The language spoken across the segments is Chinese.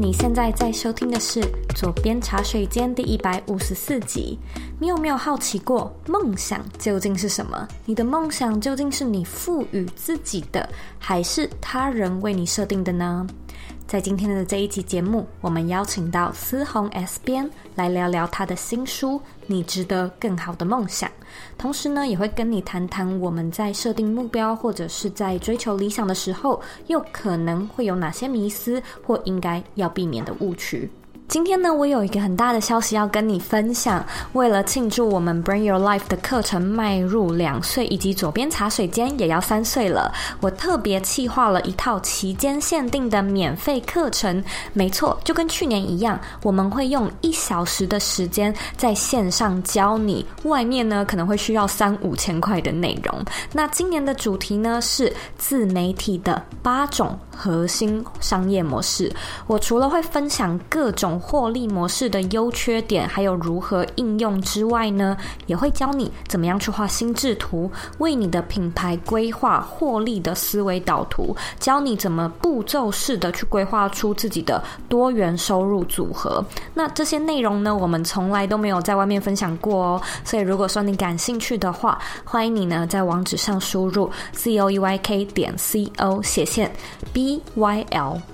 你现在在收听的是左边茶水间第154集。你有没有好奇过，梦想究竟是什么？你的梦想究竟是你赋予自己的，还是他人为你设定的呢？在今天的这一集节目，我们邀请到思宏 S 编来聊聊他的新书《你值得更好的梦想》，同时呢，也会跟你谈谈我们在设定目标或者是在追求理想的时候，又可能会有哪些迷思或应该要避免的误区。今天呢，我有一个很大的消息要跟你分享。为了庆祝我们 Bring Your Life 的课程迈入2岁，以及左边茶水间也要3岁了，我特别企划了一套期间限定的免费课程。没错，就跟去年一样，我们会用1小时的时间在线上教你，外面呢可能会需要3-5千块的内容。那今年的主题呢是自媒体的8种核心商业模式。我除了会分享各种获利模式的优缺点，还有如何应用之外呢，也会教你怎么样去画心智图，为你的品牌规划获利的思维导图，教你怎么步骤式的去规划出自己的多元收入组合。那这些内容呢，我们从来都没有在外面分享过哦，所以如果说你感兴趣的话，欢迎你呢在网址上输入 zoeyk.co/BYLMINI，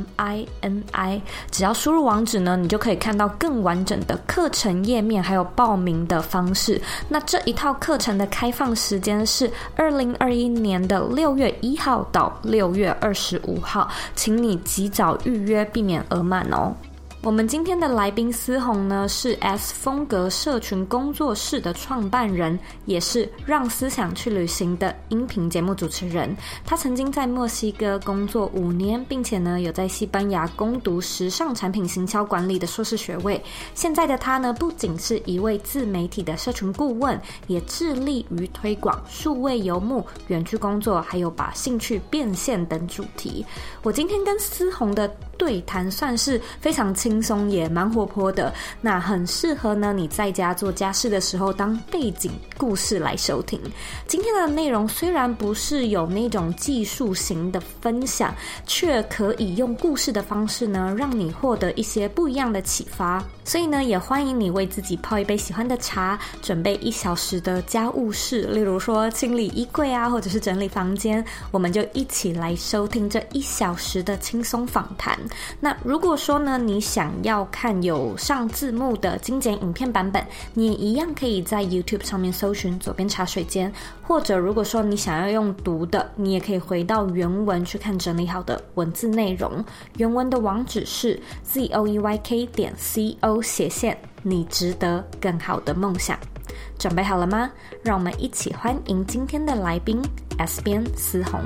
只要输入网址呢，你就可以看到更完整的课程页面，还有报名的方式。那这一套课程的开放时间是2021年的6月1号到6月25号，请你及早预约，避免额满哦。我们今天的来宾思宏呢，是 S 风格社群工作室的创办人，也是让思想去旅行的音频节目主持人。他曾经在墨西哥工作5年，并且呢有在西班牙攻读时尚产品行销管理的硕士学位。现在的他呢，不仅是一位自媒体的社群顾问，也致力于推广数位游牧、远距工作，还有把兴趣变现等主题。我今天跟思宏的对谈算是非常轻松，也蛮活泼的，那很适合呢你在家做家事的时候当背景故事来收听。今天的内容虽然不是有那种技术型的分享，却可以用故事的方式呢，让你获得一些不一样的启发。所以呢，也欢迎你为自己泡一杯喜欢的茶，准备1小时的家务事，例如说清理衣柜啊，或者是整理房间，我们就一起来收听这1小时的轻松访谈。那如果说呢，你想要看有上字幕的精简影片版本，你也一样可以在 YouTube 上面搜寻左边茶水间，或者如果说你想要用读的，你也可以回到原文去看整理好的文字内容。原文的网址是 zoeyk.co/你值得更好的梦想。准备好了吗？让我们一起欢迎今天的来宾 S 编思宏。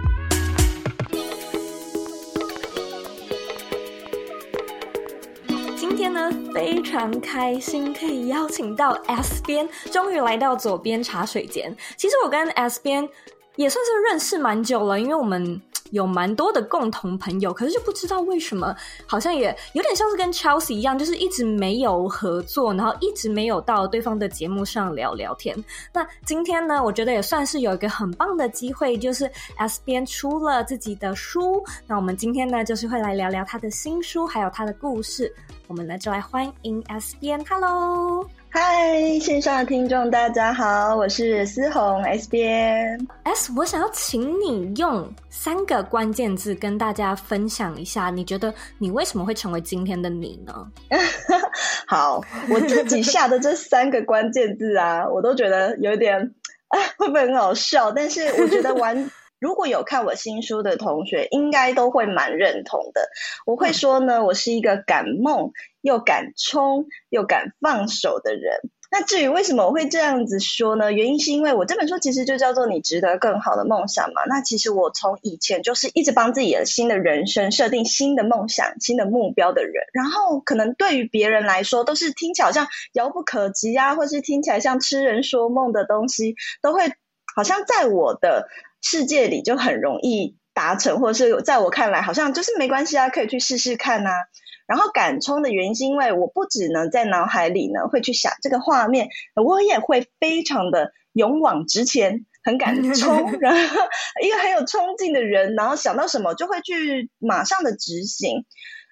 今天呢，非常开心可以邀请到 S 编，终于来到左边茶水间。其实我跟 S 编也算是认识蛮久了，因为我们有蛮多的共同朋友，可是就不知道为什么，好像也有点像是跟 Chelsea 一样，就是一直没有合作，然后一直没有到对方的节目上聊聊天。那今天呢，我觉得也算是有一个很棒的机会，就是 S 编出了自己的书。那我们今天呢，就是会来聊聊他的新书，还有他的故事。我们呢就来欢迎 S 编 ，Hello。 嗨，线上的听众大家好，我是思宏 S 编。 我想要请你用3个关键字跟大家分享一下，你觉得你为什么会成为今天的你呢？ 好，我自己下的这3个关键字啊，我都觉得有点会不会很好笑，但是我觉得如果有看我新书的同学应该都会蛮认同的。我会说呢，我是一个敢梦又敢冲又敢放手的人。那至于为什么我会这样子说呢？原因是因为我这本书其实就叫做你值得更好的梦想嘛。那其实我从以前就是一直帮自己的新的人生设定新的梦想、新的目标的人，然后可能对于别人来说都是听起来好像遥不可及啊，或是听起来像痴人说梦的东西，都会好像在我的世界里就很容易达成，或者是在我看来好像就是没关系啊，可以去试试看啊。然后敢冲的原因是因为我不只能在脑海里呢会去想这个画面，我也会非常的勇往直前，很敢冲，然后一个很有冲劲的人，然后想到什么就会去马上的执行。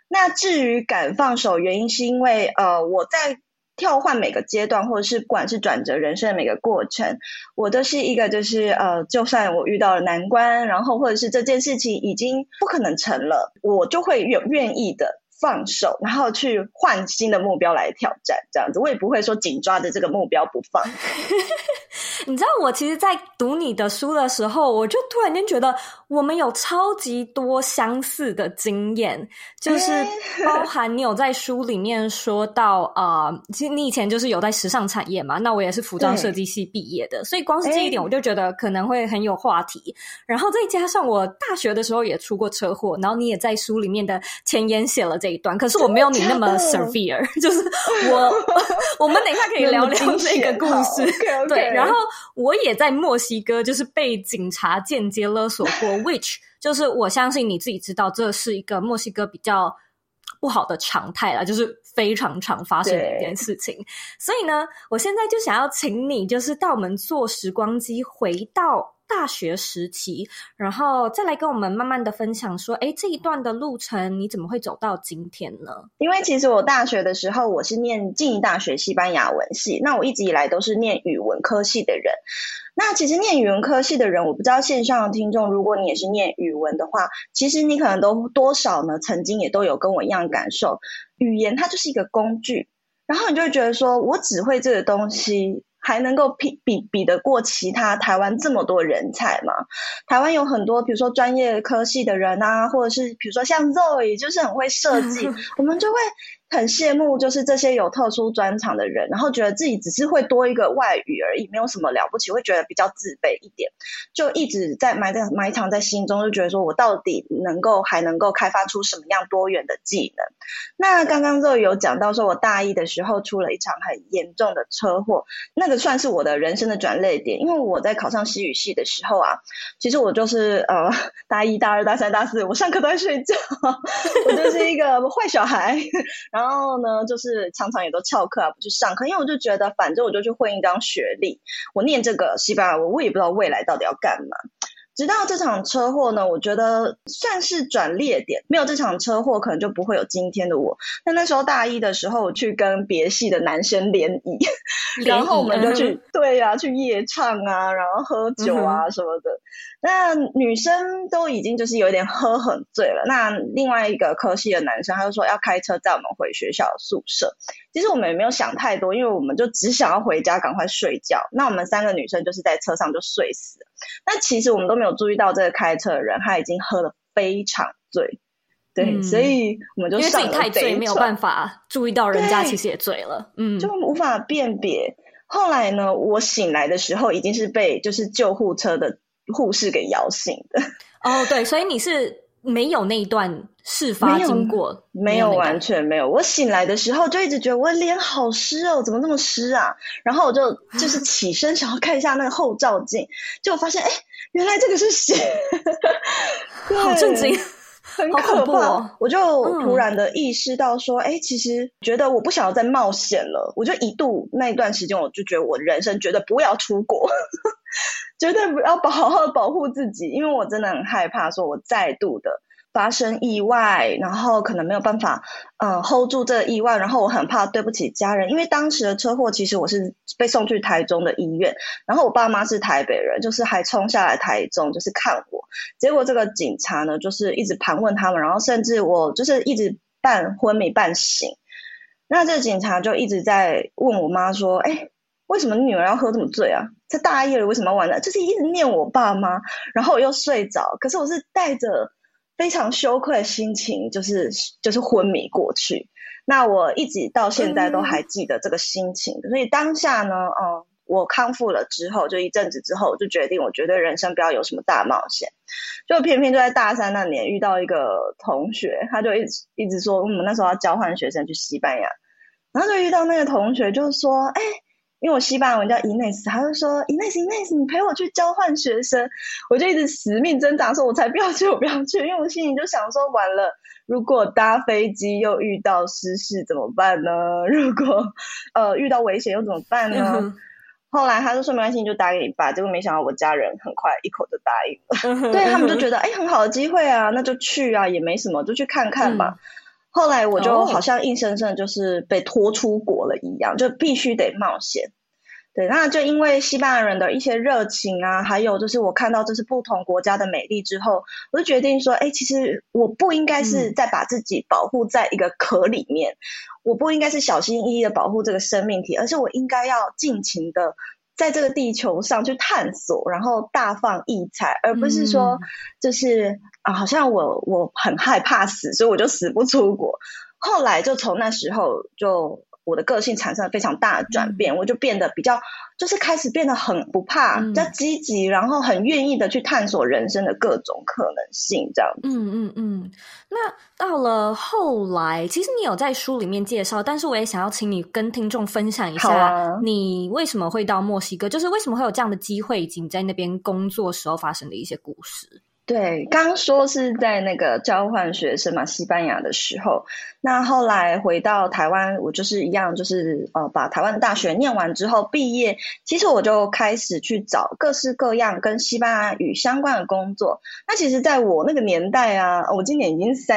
那至于敢放手，原因是因为我在跳换每个阶段，或者是不管是转折人生的每个过程，我都是一个就是就算我遇到了难关，然后或者是这件事情已经不可能成了，我就会愿意的放手，然后去换新的目标来挑战，这样子我也不会说紧抓着这个目标不放。 你知道我其实在读你的书的时候，我就突然间觉得我们有超级多相似的经验，就是包含你有在书里面说到其实你以前就是有在时尚产业嘛，那我也是服装设计系毕业的，所以光是这一点我就觉得可能会很有话题。然后再加上我大学的时候也出过车祸，然后你也在书里面的前言写了这一段，可是我没有你那么 severe， 就是我们等一下可以聊聊这个故事。 okay. 对，然后我也在墨西哥就是被警察间接勒索过which 就是我相信你自己知道这是一个墨西哥比较不好的常态啦，就是非常常发生的一件事情。所以呢，我现在就想要请你就是带我们坐时光机回到大学时期，然后再来跟我们慢慢的分享说这一段的路程你怎么会走到今天呢？ 因为其实我大学的时候我是念静宜大学西班牙文系，那我一直以来都是念语文科系的人。那其实念语文科系的人，我不知道线上的听众如果你也是念语文的话，其实你可能都多少呢曾经也都有跟我一样感受，语言它就是一个工具，然后你就会觉得说我只会这个东西还能够比得过其他台湾这么多人才吗？台湾有很多比如说专业科系的人啊，或者是比如说像 Zoe 就是很会设计我们就会很羡慕就是这些有特殊专长的人，然后觉得自己只是会多一个外语而已，没有什么了不起，会觉得比较自卑一点，就一直在埋藏在心中，就觉得说我到底还能够开发出什么样多元的技能。那刚刚Zoe有讲到说我大一的时候出了一场很严重的车祸，那个算是我的人生的转捩点，因为我在考上西语系的时候啊，其实我就是大一大二大三大四我上课都在睡觉我就是一个坏小孩然后呢就是常常也都翘课啊不去上课，因为我就觉得反正我就去混一张学历，我念这个西班牙文我也不知道未来到底要干嘛。直到这场车祸呢，我觉得算是转捩点，没有这场车祸可能就不会有今天的我。那时候大一的时候我去跟别系的男生联谊然后我们就去对啊去夜唱啊，然后喝酒啊什么的。那女生都已经就是有点喝很醉了，那另外一个科系的男生他就说要开车载我们回学校的宿舍。其实我们也没有想太多，因为我们就只想要回家赶快睡觉，那我们3个女生就是在车上就睡死了。那其实我们都没有注意到这个开车的人他已经喝得非常醉，对，所以我们就上了因为自己太醉没有办法注意到人家其实也醉了， 就无法辨别。后来呢我醒来的时候已经是被就是救护车的护士给摇醒的。 对，所以你是没有那一段事发经过？ 没有完全没有。我醒来的时候就一直觉得我脸好湿哦，怎么那么湿啊，然后我就是起身想要看一下那个后照镜，结果发现原来这个是血好震惊， 很可怕我就突然的意识到说其实觉得我不想要再冒险了，我就一度那一段时间我就觉得我的人生绝对不要出国绝对不要好好保护自己，因为我真的很害怕说我再度的发生意外，然后可能没有办法hold 住这个意外，然后我很怕对不起家人，因为当时的车祸其实我是被送去台中的医院，然后我爸妈是台北人，就是还冲下来台中就是看我，结果这个警察呢就是一直盘问他们，然后甚至我就是一直半昏迷半醒，那这个警察就一直在问我妈说为什么女儿要喝这么醉啊，在大一了为什么要玩呢，就是一直念我爸妈，然后我又睡着，可是我是带着非常羞愧的心情就是昏迷过去，那我一直到现在都还记得这个心情所以当下呢我康复了之后就一阵子之后我就决定我绝对人生不要有什么大冒险，就偏偏就在大三那年遇到一个同学，他就一直说我们那时候要交换学生去西班牙，然后就遇到那个同学就说因为我西班牙文叫 Ines， 他就说 Ines 你陪我去交换学生，我就一直死命挣扎说我才不要去我不要去，因为我心里就想说完了如果搭飞机又遇到失事怎么办呢，如果遇到危险又怎么办呢后来他就说没关系你就打给你爸，结果没想到我家人很快一口就答应了对，他们就觉得很好的机会啊，那就去啊，也没什么就去看看吧后来我就好像硬生生就是被拖出国了一样，就必须得冒险。对，那就因为西班牙人的一些热情啊，还有就是我看到这是不同国家的美丽之后，我就决定说，其实我不应该是在把自己保护在一个壳里面，我不应该是小心翼翼的保护这个生命体，而是我应该要尽情的在这个地球上去探索，然后大放异彩，而不是说就是好像我很害怕死，所以我就死不出国。后来就从那时候就我的个性产生了非常大的转变，我就变得比较就是开始变得很不怕，比较积极，然后很愿意的去探索人生的各种可能性这样子。 那到了后来，其实你有在书里面介绍，但是我也想要请你跟听众分享一下你为什么会到墨西哥，就是为什么会有这样的机会，以及你在那边工作时候发生的一些故事。 对，刚说是在那个交换学生嘛，西班牙的时候，那后来回到台湾，我就是一样，就是把台湾的大学念完之后毕业，其实我就开始去找各式各样跟西班牙语相关的工作。那其实在我那个年代啊，我今年已经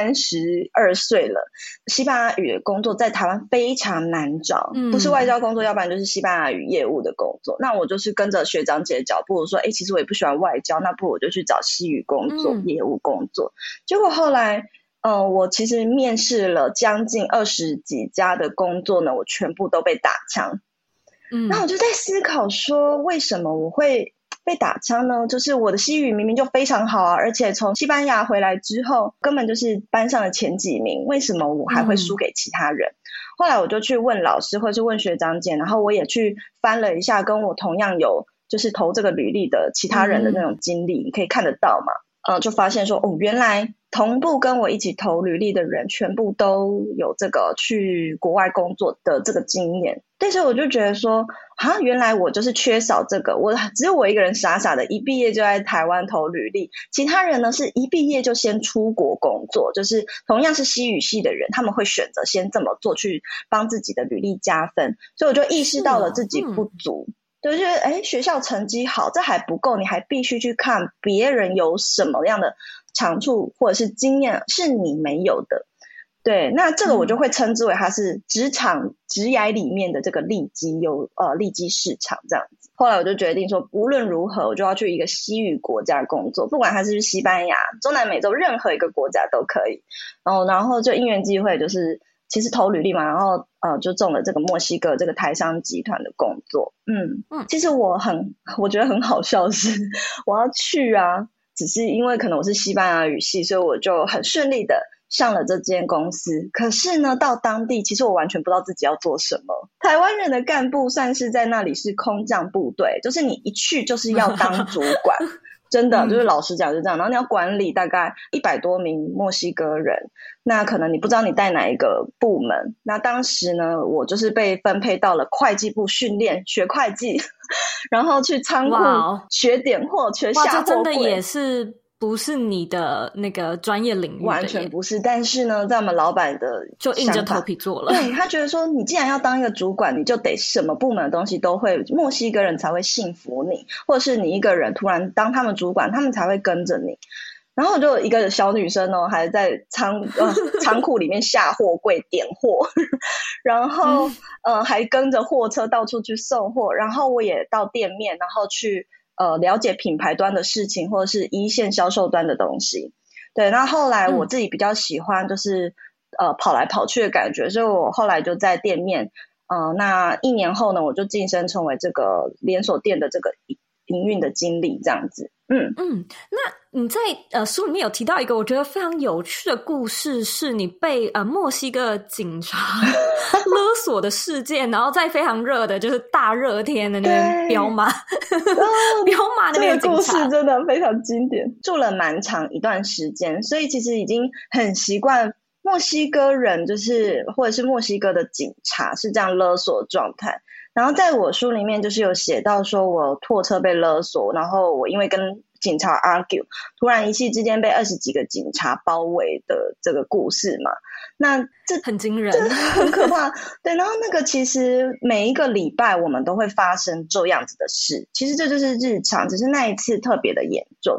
32岁了，西班牙语的工作在台湾非常难找，不是外交工作，要不然就是西班牙语业务的工作。那我就是跟着学长姐的脚步，说其实我也不喜欢外交，那不如我就去找西语工作，业务工作。结果后来我其实面试了将近20几家的工作呢，我全部都被打枪。那我就在思考说，为什么我会被打枪呢？就是我的西语明明就非常好啊，而且从西班牙回来之后根本就是班上的前几名，为什么我还会输给其他人？后来我就去问老师或是问学长姐，然后我也去翻了一下跟我同样有就是投这个履历的其他人的那种经历，你可以看得到嘛。就发现说原来同步跟我一起投履历的人全部都有这个去国外工作的这个经验。但是我就觉得说原来我就是缺少这个，只有我一个人傻傻的一毕业就在台湾投履历，其他人呢是一毕业就先出国工作，就是同样是西语系的人，他们会选择先这么做去帮自己的履历加分。所以我就意识到了自己不足，就觉得学校成绩好这还不够，你还必须去看别人有什么样的长处或者是经验是你没有的。对，那这个我就会称之为它是职涯里面的这个利基市场这样子。后来我就决定说无论如何我就要去一个西语国家工作，不管它是西班牙、中南美洲任何一个国家都可以。然后就因缘际会就是其实投履历嘛，然后就中了这个墨西哥这个台商集团的工作。其实我觉得很好笑的是我要去啊，只是因为可能我是西班牙语系，所以我就很顺利的上了这间公司。可是呢到当地其实我完全不知道自己要做什么。台湾人的干部算是在那里是空降部队，就是你一去就是要当主管真的就是老实讲就这样，然后你要管理大概100多名墨西哥人，那可能你不知道你带哪一个部门。那当时呢我就是被分配到了会计部训练学会计然后去仓库学点货学下货柜。这真的也是不是你的那个专业领域的， 完全不是。但是呢在我们老板的就硬着头皮做了。 对，他觉得说你既然要当一个主管，你就得什么部门的东西都会，墨西哥人才会信服你，或者是你一个人突然当他们主管他们才会跟着你。然后我就一个小女生还在仓库里面下货柜点货然后还跟着货车到处去送货，然后我也到店面然后去了解品牌端的事情或者是一线销售端的东西。对，那后来我自己比较喜欢就是跑来跑去的感觉，所以我后来就在店面那1年后呢我就晋升成为这个连锁店的这个营运的经理这样子。 那你在书里面有提到一个我觉得非常有趣的故事，是你被墨西哥警察勒索的事件，然后在非常热的就是大热天的那边飙骂飙骂那边警察。这个故事真的非常经典，住了蛮长一段时间，所以其实已经很习惯墨西哥人就是或者是墨西哥的警察是这样勒索状态。然后在我书里面就是有写到说我拖车被勒索，然后我因为跟警察 argue 突然一夕之间被20几个警察包围的这个故事嘛。那这很惊人， 这很可怕对，然后那个其实每一个礼拜我们都会发生这样子的事，其实这就是日常，只是那一次特别的严重。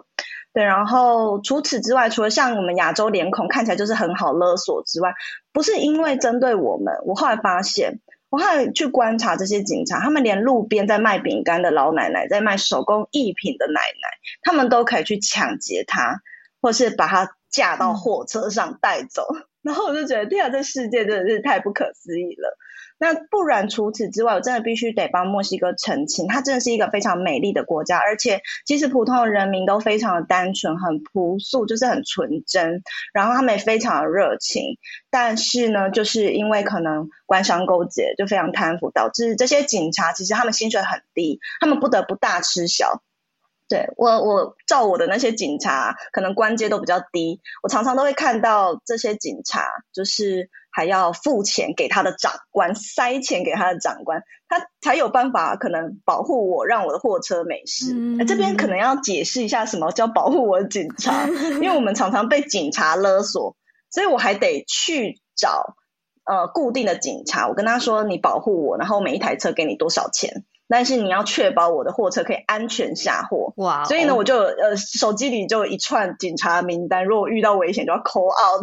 对，然后除此之外，除了像我们亚洲脸孔看起来就是很好勒索之外，不是因为针对我们，我后来发现，我后来去观察这些警察，他们连路边在卖饼干的老奶奶，在卖手工艺品的奶奶，他们都可以去抢劫她，或是把她架到货车上带走。然后我就觉得天啊，这世界真的是太不可思议了。那不然除此之外，我真的必须得帮墨西哥澄清，它真的是一个非常美丽的国家，而且其实普通的人民都非常的单纯，很朴素，就是很纯真，然后他们也非常的热情。但是呢，就是因为可能官商勾结，就非常贪腐，导致这些警察其实他们薪水很低，他们不得不大吃小。对，我照我的那些警察可能官阶都比较低，我常常都会看到这些警察就是还要付钱给他的长官，塞钱给他的长官，他才有办法可能保护我，让我的货车没事。这边可能要解释一下什么叫保护我的警察，因为我们常常被警察勒索，所以我还得去找固定的警察，我跟他说你保护我，然后每一台车给你多少钱，但是你要确保我的货车可以安全下货。 哇！ 所以呢，我就手机里就一串警察名单，如果遇到危险就要 call out。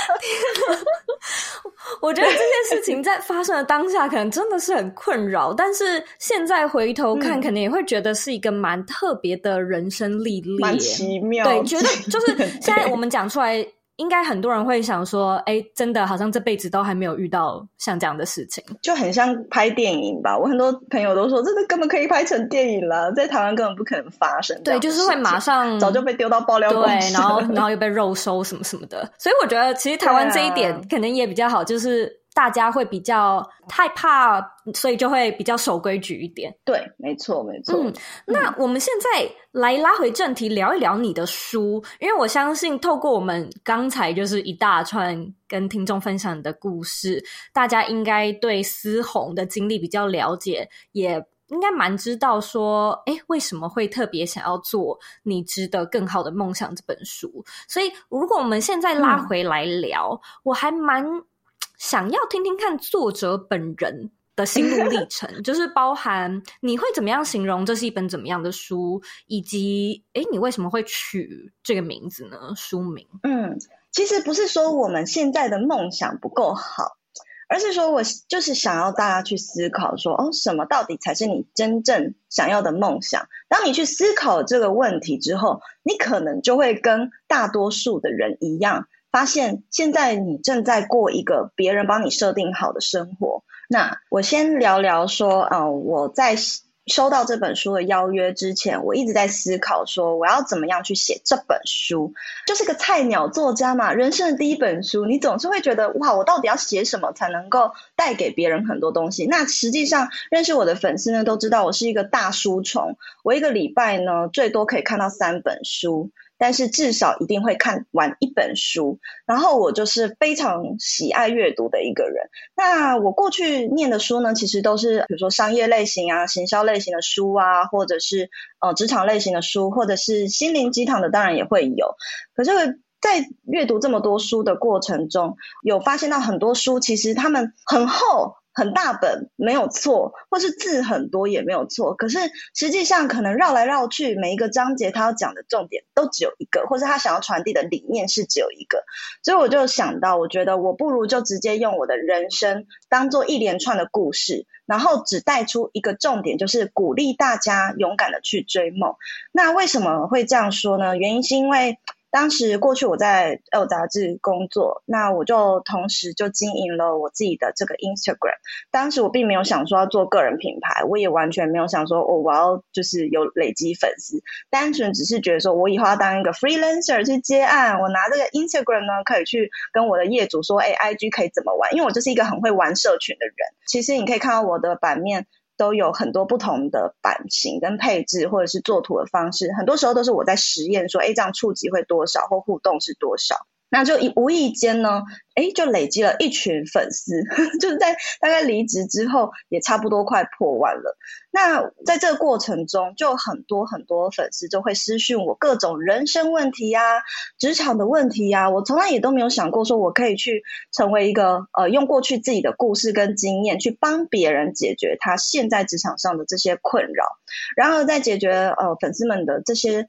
我觉得这件事情在发生的当下可能真的是很困扰，但是现在回头看，可能也会觉得是一个蛮特别的人生历练， 蛮奇妙。 对，觉得就是现在我们讲出来。应该很多人会想说真的好像这辈子都还没有遇到像这样的事情， 就很像拍电影吧。我很多朋友都说这个根本可以拍成电影了，在台湾根本不可能发生。 对，就是会马上早就被丢到爆料公司， 对，然后又被肉收什么什么的。所以我觉得其实台湾这一点可能也比较好，就是大家会比较害怕，所以就会比较守规矩一点。 对，没错没错。 那我们现在来拉回正题，聊一聊你的书，因为我相信透过我们刚才就是一大串跟听众分享的故事，大家应该对思宏的经历比较了解，也应该蛮知道说为什么会特别想要做你值得更好的梦想这本书。所以如果我们现在拉回来聊，我还蛮想要听听看作者本人的心路历程，就是包含你会怎么样形容这是一本怎么样的书，以及你为什么会取这个名字呢？书名。 其实不是说我们现在的梦想不够好，而是说我就是想要大家去思考说什么到底才是你真正想要的梦想。当你去思考这个问题之后，你可能就会跟大多数的人一样，发现现在你正在过一个别人帮你设定好的生活。那我先聊聊说我在收到这本书的邀约之前，我一直在思考说我要怎么样去写这本书。就是个菜鸟作家嘛，人生的第一本书，你总是会觉得哇，我到底要写什么才能够带给别人很多东西。那实际上认识我的粉丝呢都知道我是一个大书虫，我一个礼拜呢最多可以看到3本书，但是至少一定会看完1本书。然后我就是非常喜爱阅读的一个人。那我过去念的书呢，其实都是比如说商业类型啊、行销类型的书啊，或者是职场类型的书，或者是心灵鸡汤的当然也会有。可是在阅读这么多书的过程中，有发现到很多书其实他们很厚很大本没有错，或是字很多也没有错，可是实际上可能绕来绕去，每一个章节他要讲的重点都只有一个，或是他想要传递的理念是只有一个。所以我就想到，我觉得我不如就直接用我的人生当做一连串的故事，然后只带出一个重点，就是鼓励大家勇敢的去追梦。那为什么会这样说呢？原因是因为当时过去我在杂志工作，那我就同时就经营了我自己的这个 Instagram。 当时我并没有想说要做个人品牌，我也完全没有想说我要就是有累积粉丝，单纯只是觉得说我以后要当一个 freelancer 去接案，我拿这个 Instagram 呢可以去跟我的业主说IG 可以怎么玩，因为我就是一个很会玩社群的人。其实你可以看到我的版面都有很多不同的版型跟配置，或者是做图的方式，很多时候都是我在实验说这样触及会多少或互动是多少。那就无意间呢就累积了一群粉丝，就是在大概离职之后也差不多快破万了。那在这个过程中就很多很多粉丝就会私讯我各种人生问题啊、职场的问题啊，我从来也都没有想过说我可以去成为一个用过去自己的故事跟经验去帮别人解决他现在职场上的这些困扰，然后再解决粉丝们的这些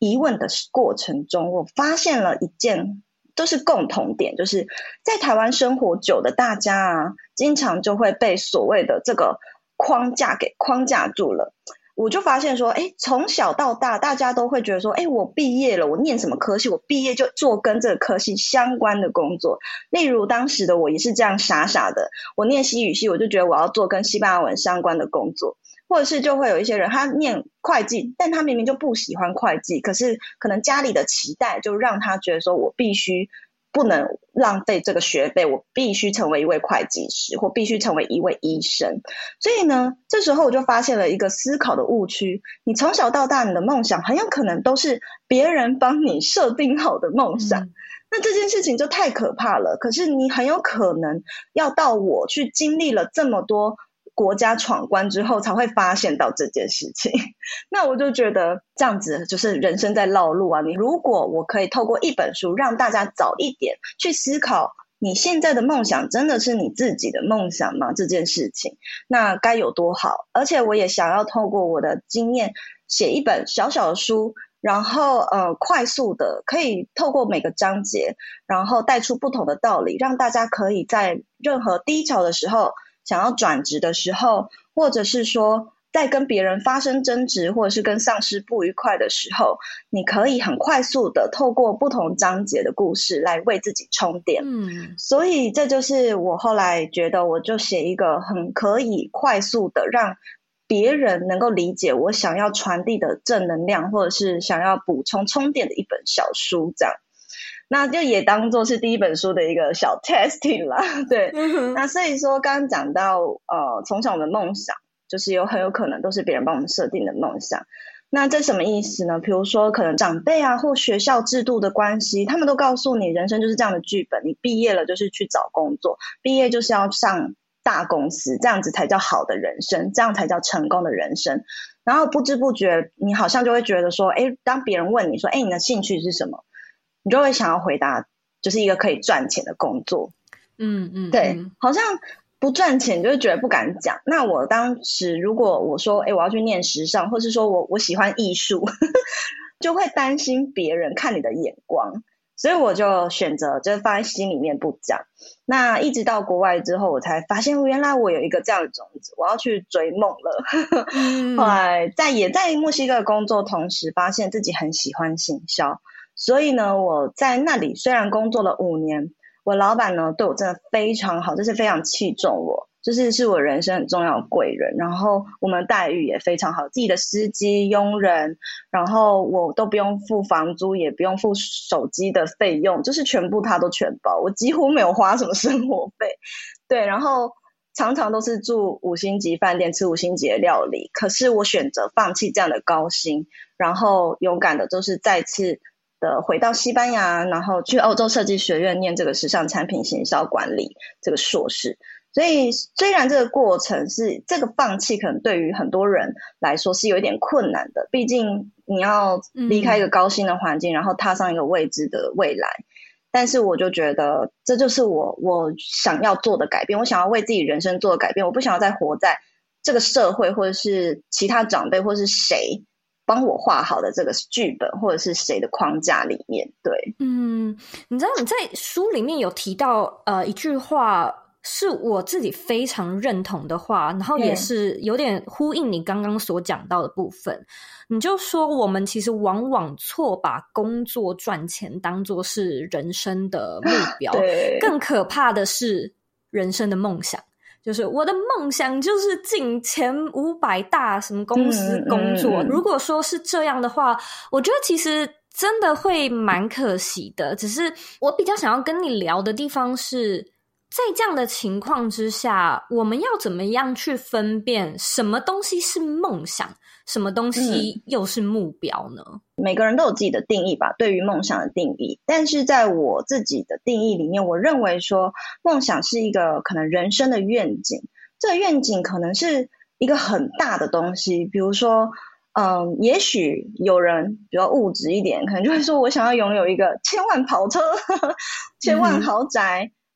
疑问的过程中，我发现了一件都是共同点，就是在台湾生活久的大家啊，经常就会被所谓的这个框架给框架住了。我就发现说，从小到大大家都会觉得说，我毕业了，我念什么科系，我毕业就做跟这个科系相关的工作。例如当时的我也是这样傻傻的，我念西语系，我就觉得我要做跟西班牙文相关的工作。或者是就会有一些人他念会计，但他明明就不喜欢会计，可是可能家里的期待就让他觉得说，我必须不能浪费这个学费，我必须成为一位会计师，或必须成为一位医生。所以呢，这时候我就发现了一个思考的误区，你从小到大你的梦想很有可能都是别人帮你设定好的梦想，那这件事情就太可怕了。可是你很有可能要到我去经历了这么多国家闯关之后才会发现到这件事情。那我就觉得这样子就是人生在绕路啊。你如果我可以透过一本书让大家早一点去思考你现在的梦想真的是你自己的梦想吗这件事情，那该有多好。而且我也想要透过我的经验写一本小小的书，然后快速的可以透过每个章节然后带出不同的道理，让大家可以在任何低潮的时候，想要转职的时候，或者是说在跟别人发生争执，或者是跟上司不愉快的时候，你可以很快速的透过不同章节的故事来为自己充电。所以这就是我后来觉得我就写一个很可以快速的让别人能够理解我想要传递的正能量，或者是想要补充充电的一本小书这样。那就也当作是第一本书的一个小 testing 啦，对。那所以说刚刚讲到从小的梦想就是很有可能都是别人帮我们设定的梦想。那这什么意思呢？比如说可能长辈啊或学校制度的关系，他们都告诉你人生就是这样的剧本，你毕业了就是去找工作，毕业就是要上大公司，这样子才叫好的人生，这样才叫成功的人生。然后不知不觉你好像就会觉得说，当别人问你说你的兴趣是什么，你就会想要回答就是一个可以赚钱的工作。对，好像不赚钱你就会觉得不敢讲。那我当时如果我说我要去念时尚，或是说我喜欢艺术就会担心别人看你的眼光，所以我就选择就放在心里面不讲。那一直到国外之后，我才发现原来我有一个这样的种子，我要去追梦了后来也在墨西哥工作，同时发现自己很喜欢行销。所以呢，我在那里虽然工作了5年，我老板呢对我真的非常好，就是非常器重我，是我人生很重要的贵人。然后我们待遇也非常好，自己的司机、佣人，然后我都不用付房租，也不用付手机的费用，就是全部他都全包，我几乎没有花什么生活费。对，然后常常都是住5星级饭店，吃5星级的料理。可是我选择放弃这样的高薪，然后勇敢的就是再次的回到西班牙，然后去欧洲设计学院念这个时尚产品行销管理这个硕士。所以虽然这个过程是这个放弃可能对于很多人来说是有一点困难的，毕竟你要离开一个高薪的环境，然后踏上一个未知的未来。但是我就觉得这就是我想要做的改变，我想要为自己人生做的改变。我不想要再活在这个社会或者是其他长辈或是谁帮我画好的这个剧本，或者是谁的框架里面。对， 你知道你在书里面有提到一句话是我自己非常认同的话，然后也是有点呼应你刚刚所讲到的部分。你就说我们其实往往错把工作赚钱当作是人生的目标更可怕的是人生的梦想，就是我的梦想就是进前500大什么公司工作。如果说是这样的话，我觉得其实真的会蛮可惜的。只是我比较想要跟你聊的地方是，在这样的情况之下，我们要怎么样去分辨什么东西是梦想，什么东西又是目标呢？ 每个人都有自己的定义吧，对于梦想的定义。但是在我自己的定义里面，我认为说梦想是一个可能人生的愿景，这个愿景可能是一个很大的东西。比如说也许有人比较物质一点，可能就会说我想要拥有一个1000万跑车1000万豪宅，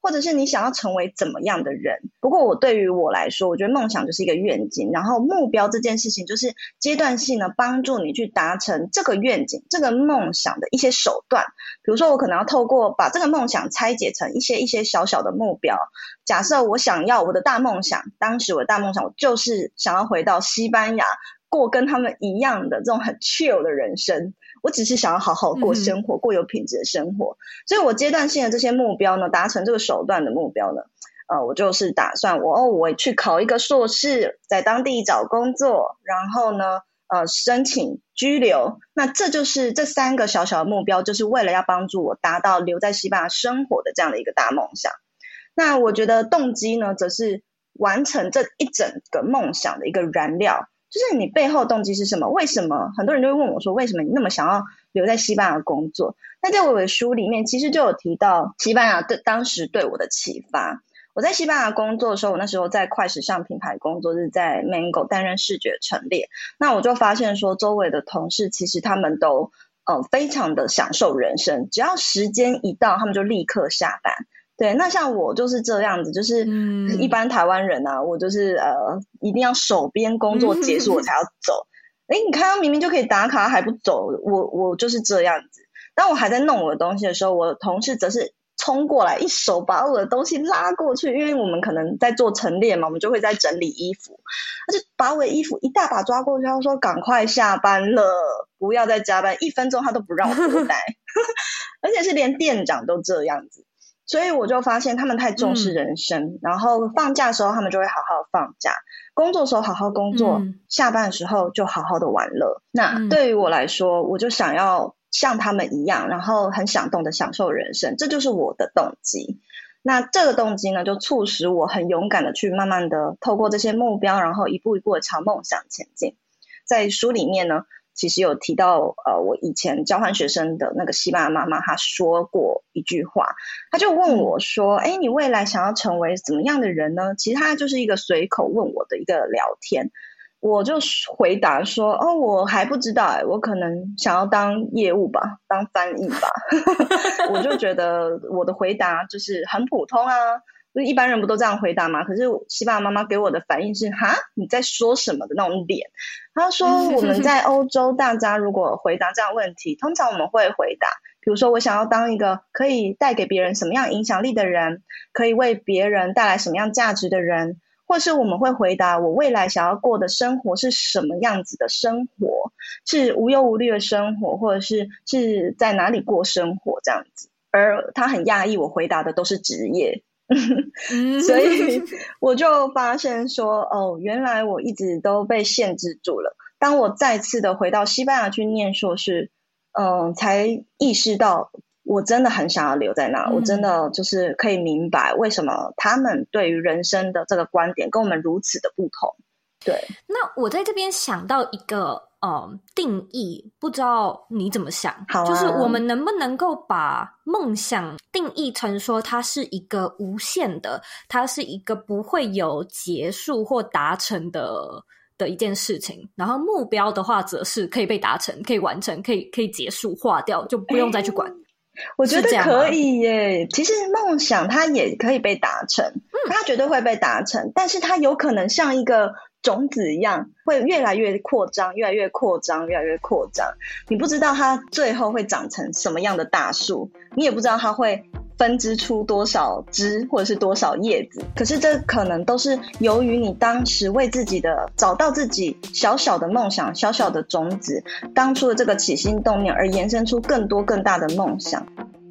或者是你想要成为怎么样的人。不过对于我来说，我觉得梦想就是一个愿景，然后目标这件事情就是阶段性的帮助你去达成这个愿景这个梦想的一些手段。比如说我可能要透过把这个梦想拆解成一些小小的目标。假设我想要我的大梦想，当时我的大梦想我就是想要回到西班牙过跟他们一样的这种很 chill 的人生，我只是想要好好过生活，过有品质的生活。所以我阶段性的这些目标呢，达成这个手段的目标呢，我就是打算我去考一个硕士，在当地找工作，然后呢申请居留。那这就是这3个小小的目标，就是为了要帮助我达到留在西班牙生活的这样的一个大梦想。那我觉得动机呢，则是完成这一整个梦想的一个燃料。就是你背后的动机是什么？为什么很多人就会问我说，为什么你那么想要留在西班牙工作？那在我的书里面其实就有提到西班牙当时对我的启发。我在西班牙工作的时候，我那时候在快时尚品牌工作，是在 Mango 担任视觉陈列。那我就发现说，周围的同事其实他们都非常的享受人生，只要时间一到，他们就立刻下班。对，那像我就是这样子，就是一般台湾人啊，我就是一定要手边工作结束我才要走。你看他明明就可以打卡还不走，我就是这样子。当我还在弄我的东西的时候，我的同事则是冲过来，一手把我的东西拉过去，因为我们可能在做陈列嘛，我们就会在整理衣服，他就把我的衣服一大把抓过去，他说赶快下班了，不要再加班，1分钟他都不让我多待而且是连店长都这样子。所以我就发现他们太重视人生，然后放假的时候他们就会好好放假，工作的时候好好工作，下班的时候就好好的玩乐。那对于我来说，我就想要像他们一样，然后很想懂得享受人生，这就是我的动机。那这个动机呢，就促使我很勇敢的去慢慢的透过这些目标，然后一步一步的朝梦想前进。在书里面呢，其实有提到我以前交换学生的那个西班牙妈妈，她说过一句话，她就问我说你未来想要成为怎么样的人呢？其实她就是一个随口问我的一个聊天。我就回答说我还不知道我可能想要当业务吧，当翻译吧我就觉得我的回答就是很普通啊，一般人不都这样回答吗？可是西班牙妈妈给我的反应是哈你在说什么的那种脸。她说我们在欧洲大家如果回答这样的问题，通常我们会回答比如说我想要当一个可以带给别人什么样影响力的人，可以为别人带来什么样价值的人，或是我们会回答我未来想要过的生活是什么样子的生活，是无忧无虑的生活，或者是在哪里过生活这样子。而他很讶异我回答的都是职业所以我就发现说原来我一直都被限制住了。当我再次的回到西班牙去念硕士才意识到我真的很想要留在那，我真的就是可以明白为什么他们对于人生的这个观点跟我们如此的不同。对， 那我在这边想到一个定义，不知道你怎么想？ 好啊， 就是我们能不能够把梦想定义成说它是一个无限的，它是一个不会有结束或达成的一件事情，然后目标的话则是可以被达成，可以完成，可以结束化掉，就不用再去管。 我觉得可以耶。其实梦想它也可以被达成，它绝对会被达成，但是它有可能像一个种子一样会越来越扩张，越来越扩张，越来越扩张。你不知道它最后会长成什么样的大树，你也不知道它会分支出多少枝或者是多少叶子，可是这可能都是由于你当时为自己的找到自己小小的梦想，小小的种子，当初的这个起心动念而延伸出更多更大的梦想。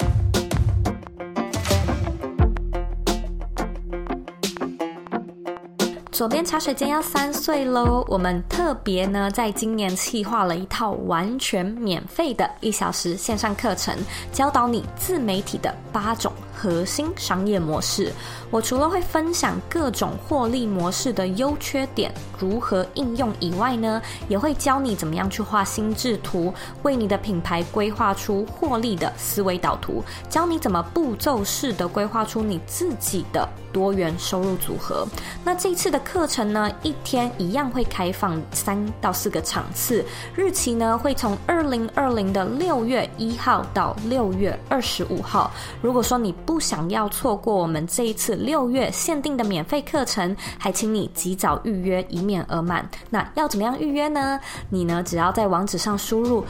左边茶水间要3岁咯，我们特别呢在今年企划了一套完全免费的1小时线上课程，教导你自媒体的8种核心商业模式。我除了会分享各种获利模式的优缺点如何应用以外呢，也会教你怎么样去画心智图，为你的品牌规划出获利的思维导图，教你怎么步骤式的规划出你自己的多元收入组合。那这一次的课程呢，一天一样会开放3到4个场次，日期呢会从2020的6月1号到6月25号。如果说你不想要错过我们这一次6月限定的免费课程，还请你及早预约，以免额满。那要怎么样预约呢？你呢只要在网址上输入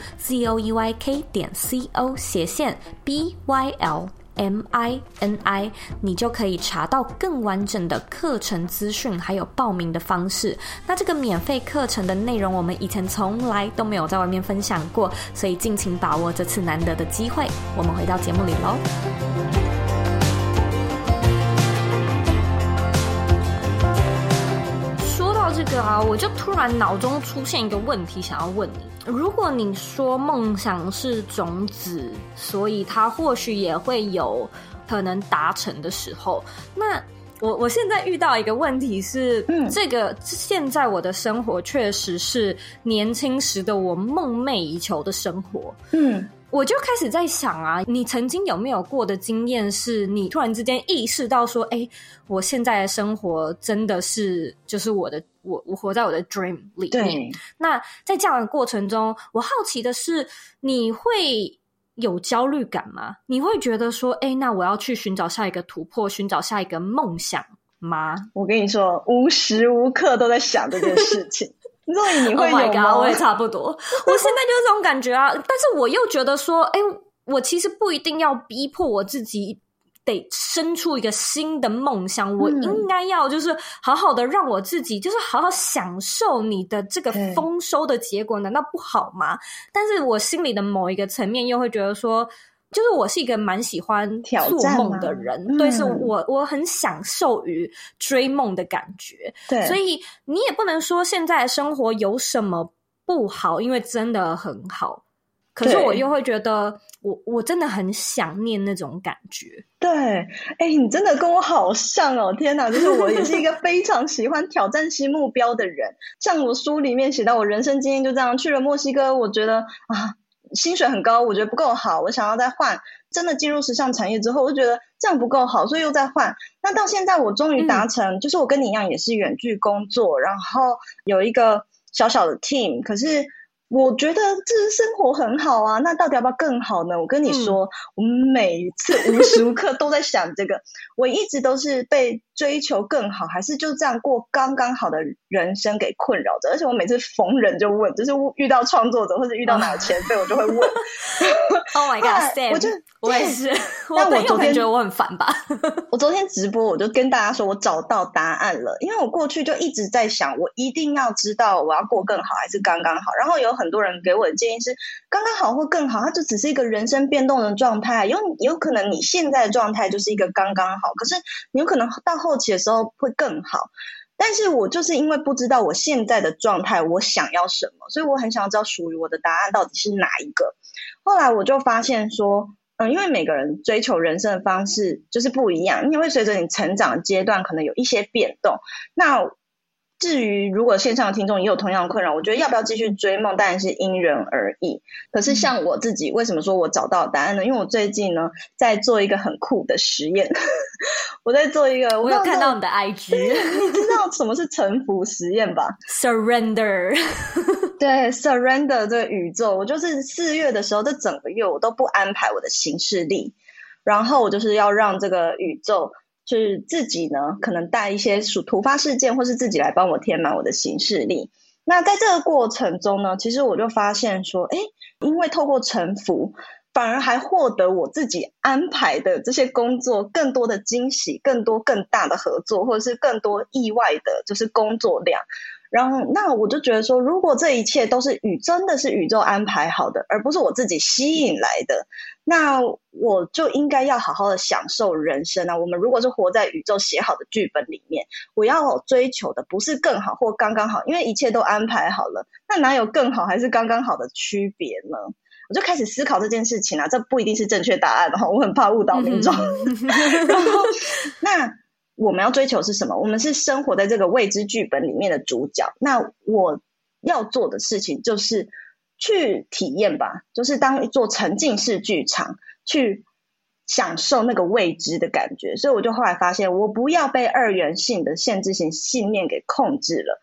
zoeyk.co/BYLMINI， 你就可以查到更完整的课程资讯还有报名的方式。那这个免费课程的内容我们以前从来都没有在外面分享过，所以尽情把握这次难得的机会。我们回到节目里咯。说到这个啊，我就突然脑中出现一个问题想要问你，如果你说梦想是种子，所以它或许也会有可能达成的时候，那我现在遇到一个问题是，这个现在我的生活确实是年轻时的我梦寐以求的生活。我就开始在想啊，你曾经有没有过的经验是你突然之间意识到说，我现在的生活真的是就是我活在我的 dream 里面。对。那在这样的过程中，我好奇的是，你会有焦虑感吗？你会觉得说，那我要去寻找下一个突破，寻找下一个梦想吗？ 我跟你说，无时无刻都在想这件事情。Zoe 你会有吗？ Oh my god， 我也差不多。我现在就是这种感觉啊，但是我又觉得说，我其实不一定要逼迫我自己得生出一个新的梦想，我应该要就是好好的让我自己就是好好享受你的这个丰收的结果，难道不好吗？但是我心里的某一个层面又会觉得说，就是我是一个蛮喜欢做梦的人，对，是我很享受于追梦的感觉，对，所以你也不能说现在的生活有什么不好，因为真的很好。可是我又会觉得我真的很想念那种感觉。 对，你真的跟我好像哦，天哪，就是我也是一个非常喜欢挑战新目标的人。像我书里面写到我人生经验就这样，去了墨西哥，我觉得啊薪水很高，我觉得不够好，我想要再换。真的进入时尚产业之后，我就觉得这样不够好，所以又再换。那到现在我终于达成，就是我跟你一样也是远距工作，然后有一个小小的 team， 可是我觉得这生活很好啊，那到底要不要更好呢？我跟你说，我每一次无时无刻都在想这个。我一直都是被追求更好，还是就这样过刚刚好的人生给困扰着。而且我每次逢人就问，就是遇到创作者或者遇到哪个前辈，我就会问。 Oh my god， Sam， 我也是。但我昨天觉得我很烦吧。 我昨天直播我就跟大家说，我找到答案了。因为我过去就一直在想，我一定要知道我要过更好还是刚刚好。然后有很多人给我的建议是，刚刚好或更好，它就只是一个人生变动的状态。有可能你现在的状态就是一个刚刚好，可是你有可能到后期的时候会更好。但是我就是因为不知道我现在的状态我想要什么，所以我很想要知道属于我的答案到底是哪一个。后来我就发现说因为每个人追求人生的方式就是不一样，因为随着你成长的阶段可能有一些变动。那至于如果线上的听众也有同样的困扰，我觉得要不要继续追梦当然是因人而异。可是像我自己为什么说我找到答案呢？因为我最近呢在做一个很酷的实验。我在做一个， 我有看到你的 IG。 你知道什么是臣服实验吧？ Surrender。 对， Surrender 这个宇宙，我就是4月的时候这整个月我都不安排我的行事历，然后我就是要让这个宇宙就是自己呢可能带一些突发事件，或是自己来帮我填满我的行事历。那在这个过程中呢，其实我就发现说因为透过臣服，反而还获得我自己安排的这些工作更多的惊喜，更多更大的合作，或者是更多意外的就是工作量。然后那我就觉得说，如果这一切都是真的是宇宙安排好的，而不是我自己吸引来的，那我就应该要好好的享受人生啊。我们如果是活在宇宙写好的剧本里面，我要追求的不是更好或刚刚好，因为一切都安排好了，那哪有更好还是刚刚好的区别呢？我就开始思考这件事情啊，这不一定是正确答案，我很怕误导民众。然后那我们要追求是什么？我们是生活在这个未知剧本里面的主角，那我要做的事情就是去体验吧，就是当一座沉浸式剧场，去享受那个未知的感觉。所以我就后来发现，我不要被二元性的限制性信念给控制了。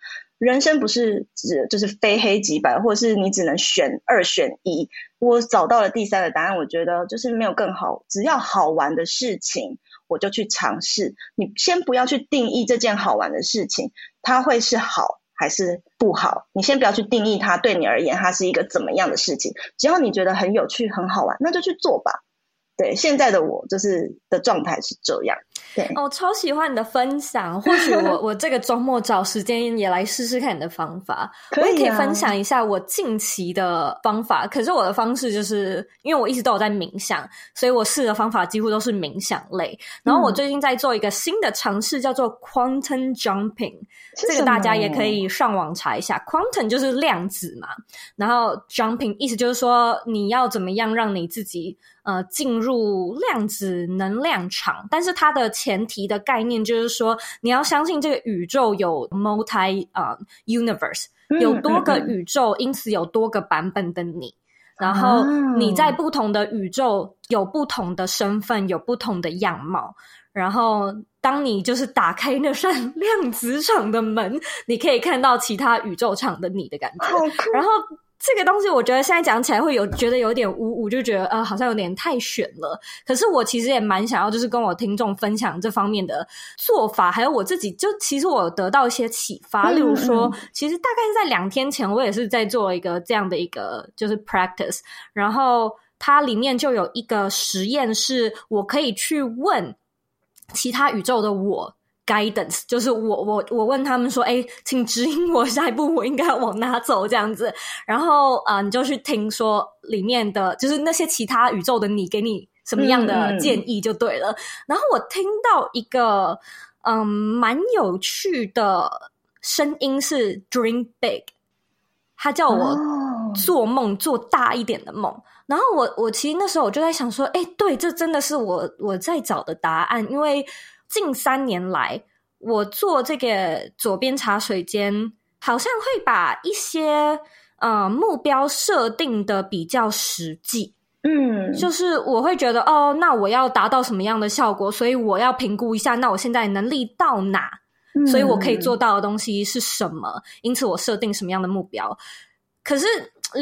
人生不是就是非黑即白，或者是你只能选2选1。我找到了第3个答案，我觉得就是没有更好，只要好玩的事情我就去尝试。你先不要去定义这件好玩的事情它会是好还是不好，你先不要去定义它对你而言它是一个怎么样的事情，只要你觉得很有趣很好玩，那就去做吧。对，现在的我就是的状态是这样。对， 超喜欢你的分享，或许我这个周末找时间也来试试看你的方法。我也可以分享一下我近期的方法，可是我的方式就是因为我一直都有在冥想，所以我试的方法几乎都是冥想类。然后我最近在做一个新的尝试，叫做 Quantum Jumping， 这个大家也可以上网查一下。Quantum 就是量子嘛，然后 Jumping 意思就是说你要怎么样让你自己进入量子能量场，但是它的前提的概念就是说你要相信这个宇宙有 multi universe， 有多个宇宙，因此有多个版本的你，然后你在不同的宇宙有不同的身份，有不同的样貌，然后当你就是打开那扇量子场的门，你可以看到其他宇宙场的你的感觉。然后这个东西我觉得现在讲起来会觉得有点无就觉得好像有点太玄了。可是我其实也蛮想要就是跟我听众分享这方面的做法，还有我自己就其实我有得到一些启发。例如说其实大概是在2天前我也是在做一个这样的一个就是 practice， 然后它里面就有一个实验是我可以去问其他宇宙的我guidance， 就是我问他们说请指引我下一步我应该要往哪走这样子，然后你就去听说里面的就是那些其他宇宙的你给你什么样的建议就对了。然后我听到一个蛮有趣的声音是 dream big， 他叫我做梦做大一点的梦。然后我其实那时候我就在想说对，这真的是我在找的答案。因为近3年来我做这个左边茶水间好像会把一些目标设定的比较实际，就是我会觉得那我要达到什么样的效果，所以我要评估一下那我现在能力到哪，所以我可以做到的东西是什么，因此我设定什么样的目标。可是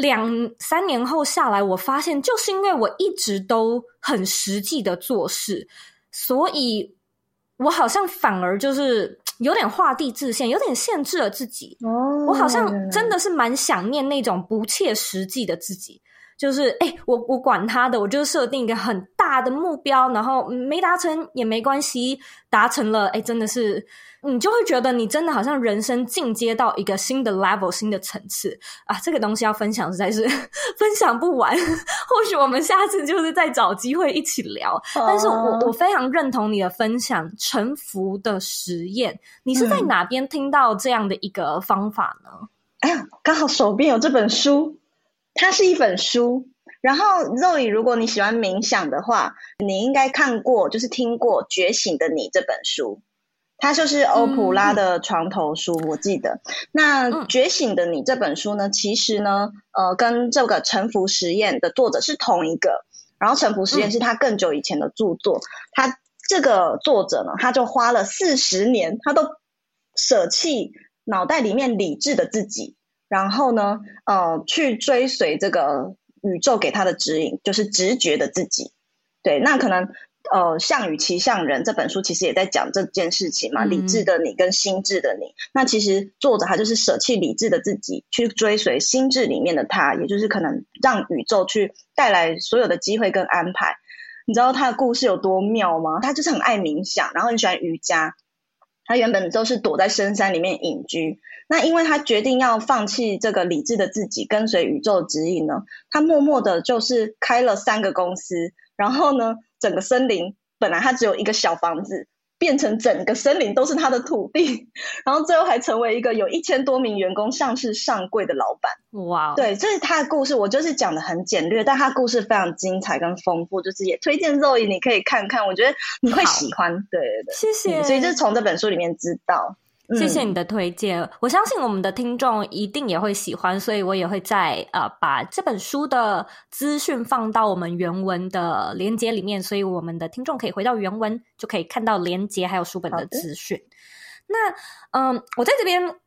2-3年后下来我发现就是因为我一直都很实际的做事，所以我好像反而就是有点画地自限，有点限制了自己。我好像真的是蛮想念那种不切实际的自己，就是我管他的，我就设定一个很大的目标，然后没达成也没关系，达成了真的是你就会觉得你真的好像人生进阶到一个新的 level 新的层次啊！这个东西要分享实在是分享不完，或许我们下次就是再找机会一起聊。但是我非常认同你的分享，臣服的实验，你是在哪边听到这样的一个方法呢？ 刚好手边有这本书，它是一本书。然后 Zoe 如果你喜欢冥想的话，你应该看过就是听过《觉醒的你》这本书，它就是欧普拉的床头书，我记得。那觉醒的你这本书呢，其实呢跟这个臣服实验的作者是同一个，然后臣服实验是他更久以前的著作。他这个作者呢，他就花了40年，他都舍弃脑袋里面理智的自己，然后呢去追随这个宇宙给他的指引，就是直觉的自己。对，那可能象与骑象人这本书其实也在讲这件事情嘛，理智的你跟心智的你。那其实作者他就是舍弃理智的自己，去追随心智里面的他，也就是可能让宇宙去带来所有的机会跟安排。你知道他的故事有多妙吗？他就是很爱冥想，然后很喜欢瑜伽。他原本都是躲在深山里面隐居，那因为他决定要放弃这个理智的自己，跟随宇宙指引呢，他默默的就是开了3个公司，然后呢整个森林本来他只有一个小房子，变成整个森林都是他的土地，然后最后还成为一个有1000多名员工上市上柜的老板。 哇， 对，这是他的故事，我就是讲的很简略，但他的故事非常精彩跟丰富，就是也推荐 Zoe 你可以看看，我觉得你会喜欢。对对对， 谢谢。 所以就是从这本书里面知道。 谢谢你的推荐，我相信我们的听众一定也会喜欢，所以我也会再把这本书的资讯放到我们原文的连结里面，所以我们的听众可以回到原文就可以看到连结还有书本的资讯。那我在这边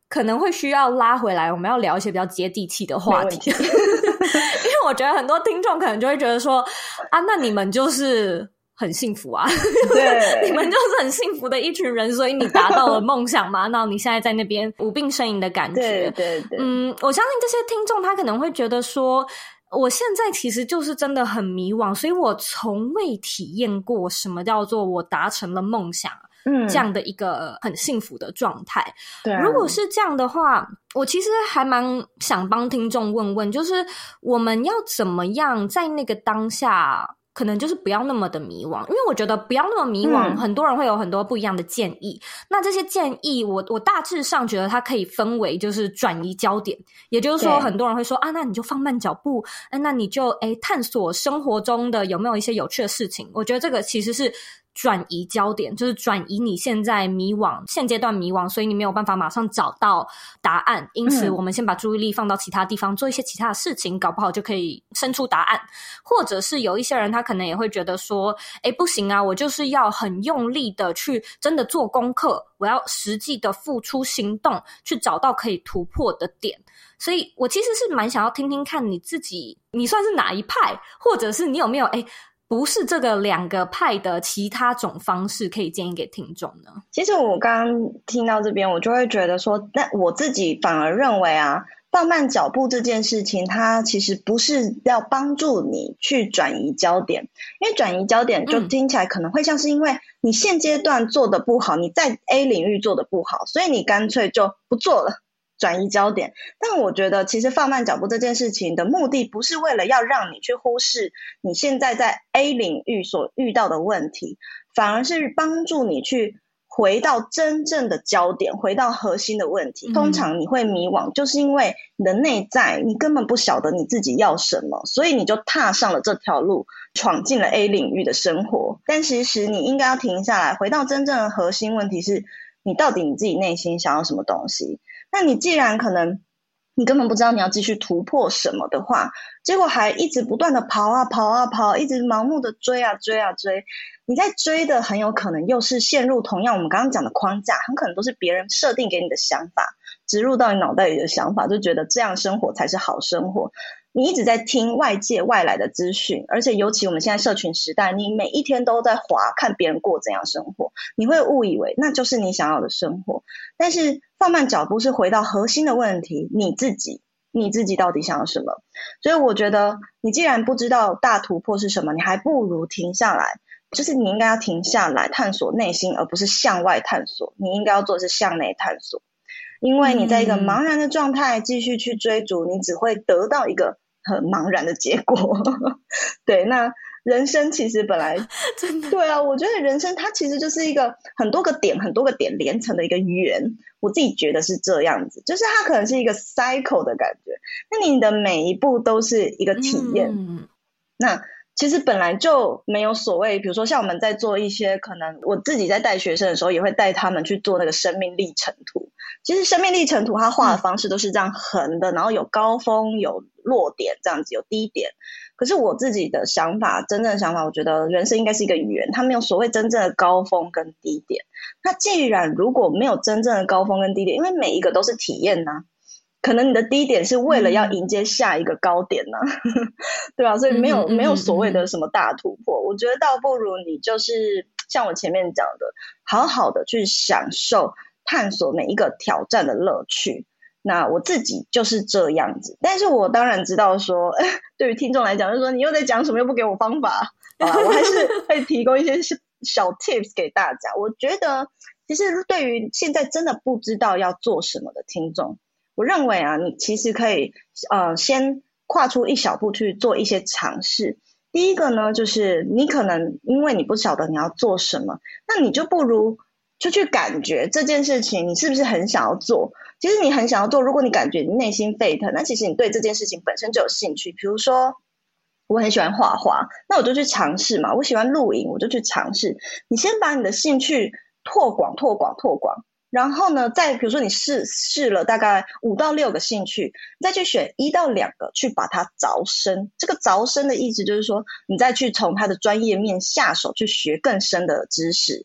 可能会需要拉回来，我们要聊一些比较接地气的话题。因为我觉得很多听众可能就会觉得说啊，那你们就是很幸福啊，对，你们就是很幸福的一群人，所以你达到了梦想嘛，那你现在在那边无病呻吟的感觉。 对， 我相信这些听众他可能会觉得说，我现在其实就是真的很迷惘，所以我从未体验过什么叫做我达成了梦想这样的一个很幸福的状态。 对啊， 如果是这样的话，我其实还蛮想帮听众问问，就是我们要怎么样在那个当下可能就是不要那么的迷惘，因为我觉得不要那么迷惘，很多人会有很多不一样的建议。那这些建议我大致上觉得它可以分为就是转移焦点，也就是说很多人会说啊，那你就放慢脚步，那你就探索生活中的有没有一些有趣的事情。我觉得这个其实是转移焦点，就是转移你现在迷惘，现阶段迷惘，所以你没有办法马上找到答案，因此我们先把注意力放到其他地方，做一些其他的事情，搞不好就可以生出答案。或者是有一些人他可能也会觉得说不行啊，我就是要很用力的去真的做功课，我要实际的付出行动，去找到可以突破的点。所以我其实是蛮想要听听看你自己，你算是哪一派，或者是你有没有不是这个两个派的其他种方式可以建议给听众呢？ 其实我刚刚听到这边，我就会觉得说，那我自己反而认为啊，放慢脚步这件事情，它其实不是要帮助你去转移焦点，因为转移焦点就听起来可能会像是因为你现阶段做的不好，你在 A 领域做的不好，所以你干脆就不做了，转移焦点。但我觉得其实放慢脚步这件事情的目的不是为了要让你去忽视你现在在 A 领域所遇到的问题，反而是帮助你去回到真正的焦点，回到核心的问题。通常你会迷惘，就是因为你的内在你根本不晓得你自己要什么，所以你就踏上了这条路，闯进了 A 领域的生活。但其实你应该要停下来，回到真正的核心问题，是你到底你自己内心想要什么东西。那你既然可能你根本不知道你要继续突破什么的话，结果还一直不断的跑啊跑啊跑，一直盲目的追啊追啊追，你在追的很有可能又是陷入同样我们刚刚讲的框架，很可能都是别人设定给你的想法，植入到你脑袋里的想法，就觉得这样生活才是好生活。你一直在听外界外来的资讯，而且尤其我们现在社群时代，你每一天都在滑看别人过怎样生活，你会误以为那就是你想要的生活。但是放慢脚步是回到核心的问题，你自己到底想要什么。所以我觉得你既然不知道大突破是什么，你还不如停下来，就是你应该要停下来探索内心，而不是向外探索。你应该要做的是向内探索，因为你在一个茫然的状态继续去追逐，你只会得到一个很茫然的结果。对，那人生其实本来真的对啊，我觉得人生它其实就是一个很多个点连成的一个圆，我自己觉得是这样子，就是它可能是一个 cycle 的感觉，那你的每一步都是一个体验。那其实本来就没有所谓，比如说像我们在做一些，可能我自己在带学生的时候也会带他们去做那个生命历程图。其实生命历程图它画的方式都是这样横的，然后有高峰有落点这样子，有低点。可是我自己的想法，真正的想法，我觉得人生应该是一个圆，它没有所谓真正的高峰跟低点。那既然如果没有真正的高峰跟低点，因为每一个都是体验啊，可能你的低点是为了要迎接下一个高点呢，对吧？所以没有所谓的什么大突破。我觉得倒不如你就是像我前面讲的，好好的去享受探索每一个挑战的乐趣。那我自己就是这样子，但是我当然知道说，对于听众来讲，就是说你又在讲什么，又不给我方法，我还是会提供一些小 tips 给大家。我觉得其实对于现在真的不知道要做什么的听众，我认为啊，你其实可以先跨出一小步去做一些尝试。第一个呢，就是你可能因为你不晓得你要做什么，那你就不如就去感觉这件事情你是不是很想要做。其实你很想要做，如果你感觉你内心沸腾，那其实你对这件事情本身就有兴趣。比如说我很喜欢画画，那我就去尝试嘛。我喜欢露营，我就去尝试。你先把你的兴趣拓广，然后呢，再比如说你试了大概5到6个兴趣，再去选1到2个去把它凿深。这个凿深的意思就是说，你再去从它的专业面下手去学更深的知识。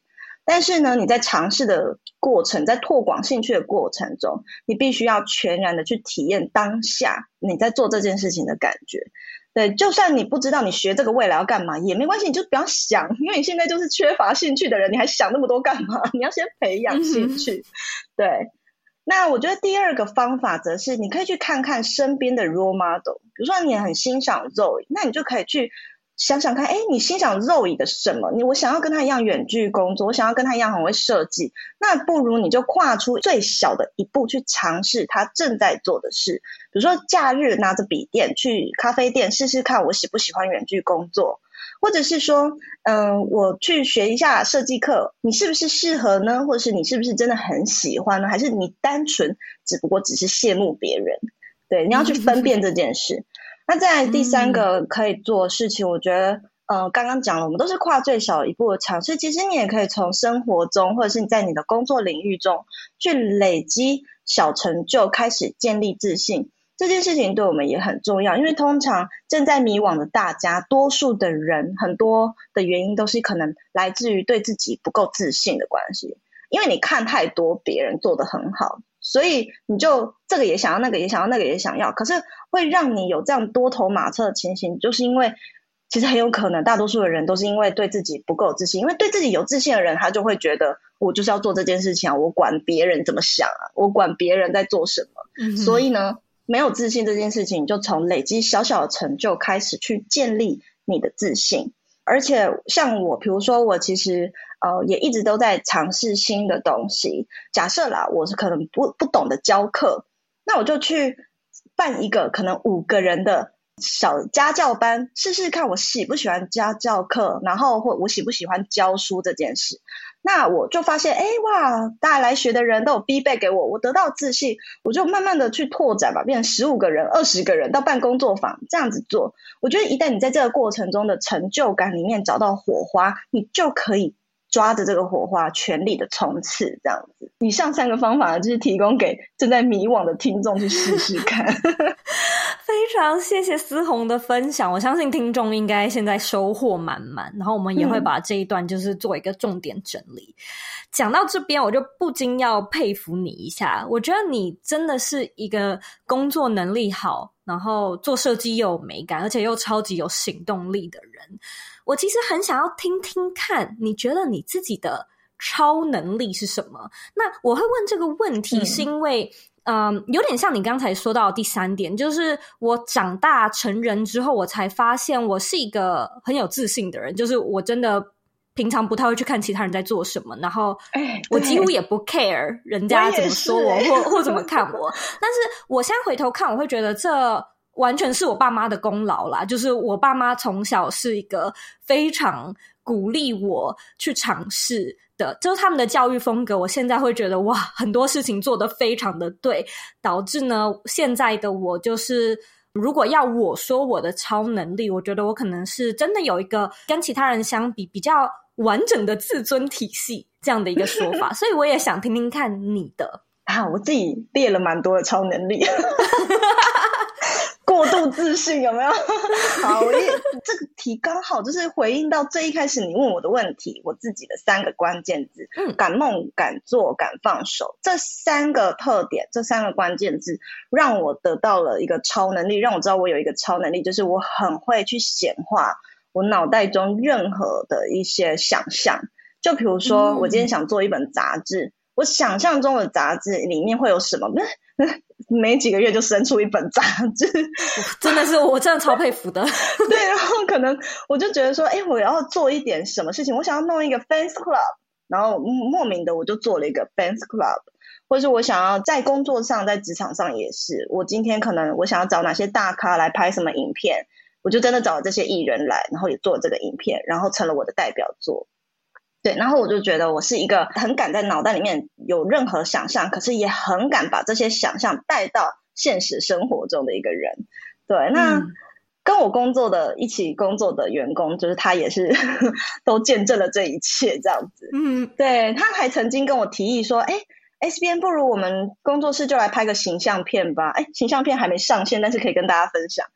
但是呢，你在尝试的过程，在拓广兴趣的过程中，你必须要全然的去体验当下你在做这件事情的感觉。对，就算你不知道你学这个未来要干嘛也没关系，你就不要想，因为你现在就是缺乏兴趣的人，你还想那么多干嘛？你要先培养兴趣。对，那我觉得第二个方法则是你可以去看看身边的 role model， 比如说你很欣赏 Zoe， 那你就可以去想想看，你欣赏 Zoe 的什么？我想要跟他一样远距工作，我想要跟他一样很会设计，那不如你就跨出最小的一步去尝试他正在做的事。比如说假日拿着笔电去咖啡店试试看我喜不喜欢远距工作，或者是说我去学一下设计课，你是不是适合呢？或者是你是不是真的很喜欢呢？还是你单纯只不过只是羡慕别人？对，你要去分辨这件事。那再来第三个可以做的事情，我觉得刚刚讲了，我们都是跨最小一步的尝试。其实你也可以从生活中，或者是你在你的工作领域中去累积小成就，开始建立自信。这件事情对我们也很重要，因为通常正在迷惘的大家，多数的人很多的原因都是可能来自于对自己不够自信的关系。因为你看太多别人做得很好，所以你就这个也想要，那个也想要，那个也想要，可是会让你有这样多头马车的情形，就是因为其实很有可能大多数的人都是因为对自己不够自信。因为对自己有自信的人，他就会觉得我就是要做这件事情啊，我管别人怎么想啊，我管别人在做什么。所以呢，没有自信这件事情，你就从累积小小的成就开始去建立你的自信。而且像我，比如说我其实也一直都在尝试新的东西。假设啦，我是可能不懂得教课，那我就去办一个可能5个人的小家教班，试试看我喜不喜欢家教课，然后或我喜不喜欢教书这件事。那我就发现哇，大家来学的人都有 feedback 给我，我得到自信，我就慢慢的去拓展吧，变成15个人20个人到办工作坊这样子做。我觉得一旦你在这个过程中的成就感里面找到火花，你就可以抓着这个火花全力的冲刺这样子。以上3个方法就是提供给正在迷惘的听众去试试看。 非常谢谢思宏的分享，我相信听众应该现在收获满满，然后我们也会把这一段就是做一个重点整理。讲到这边我就不禁要佩服你一下，我觉得你真的是一个工作能力好，然后做设计又有美感，而且又超级有行动力的人。我其实很想要听听看，你觉得你自己的超能力是什么？那我会问这个问题是因为有点像你刚才说到的第3点，就是我长大成人之后，我才发现我是一个很有自信的人，就是我真的平常不太会去看其他人在做什么，然后我几乎也不 care 人家怎么说我或怎么看我。但是我现在回头看，我会觉得这完全是我爸妈的功劳啦，就是我爸妈从小是一个非常鼓励我去尝试的，就是他们的教育风格，我现在会觉得哇，很多事情做得非常的对，导致呢现在的我就是如果要我说我的超能力，我觉得我可能是真的有一个跟其他人相比比较完整的自尊体系这样的一个说法。所以我也想听听看你的我自己列了蛮多的超能力。过度自信有没有？好，这个题刚好就是回应到最一开始你问我的问题，我自己的3个关键字，敢梦敢做敢放手。这3个特点，这3个关键字让我得到了一个超能力，让我知道我有一个超能力，就是我很会去显化我脑袋中任何的一些想象。就比如说我今天想做一本杂志，我想象中的杂志里面会有什么，没几个月就生出一本杂志。 真的是我真的超佩服的。 对，然后可能我就觉得说我要做一点什么事情，我想要弄一个 fans club， 然后莫名的我就做了一个 fans club。 或者是我想要在工作上在职场上也是，我今天可能我想要找哪些大咖来拍什么影片，我就真的找了这些艺人来，然后也做了这个影片，然后成了我的代表作。对，然后我就觉得我是一个很敢在脑袋里面有任何想象，可是也很敢把这些想象带到现实生活中的一个人。对，那跟我一起工作的员工，就是他也是都见证了这一切这样子。对，他还曾经跟我提议说SBN 不如我们工作室就来拍个形象片吧。形象片还没上线，但是可以跟大家分享。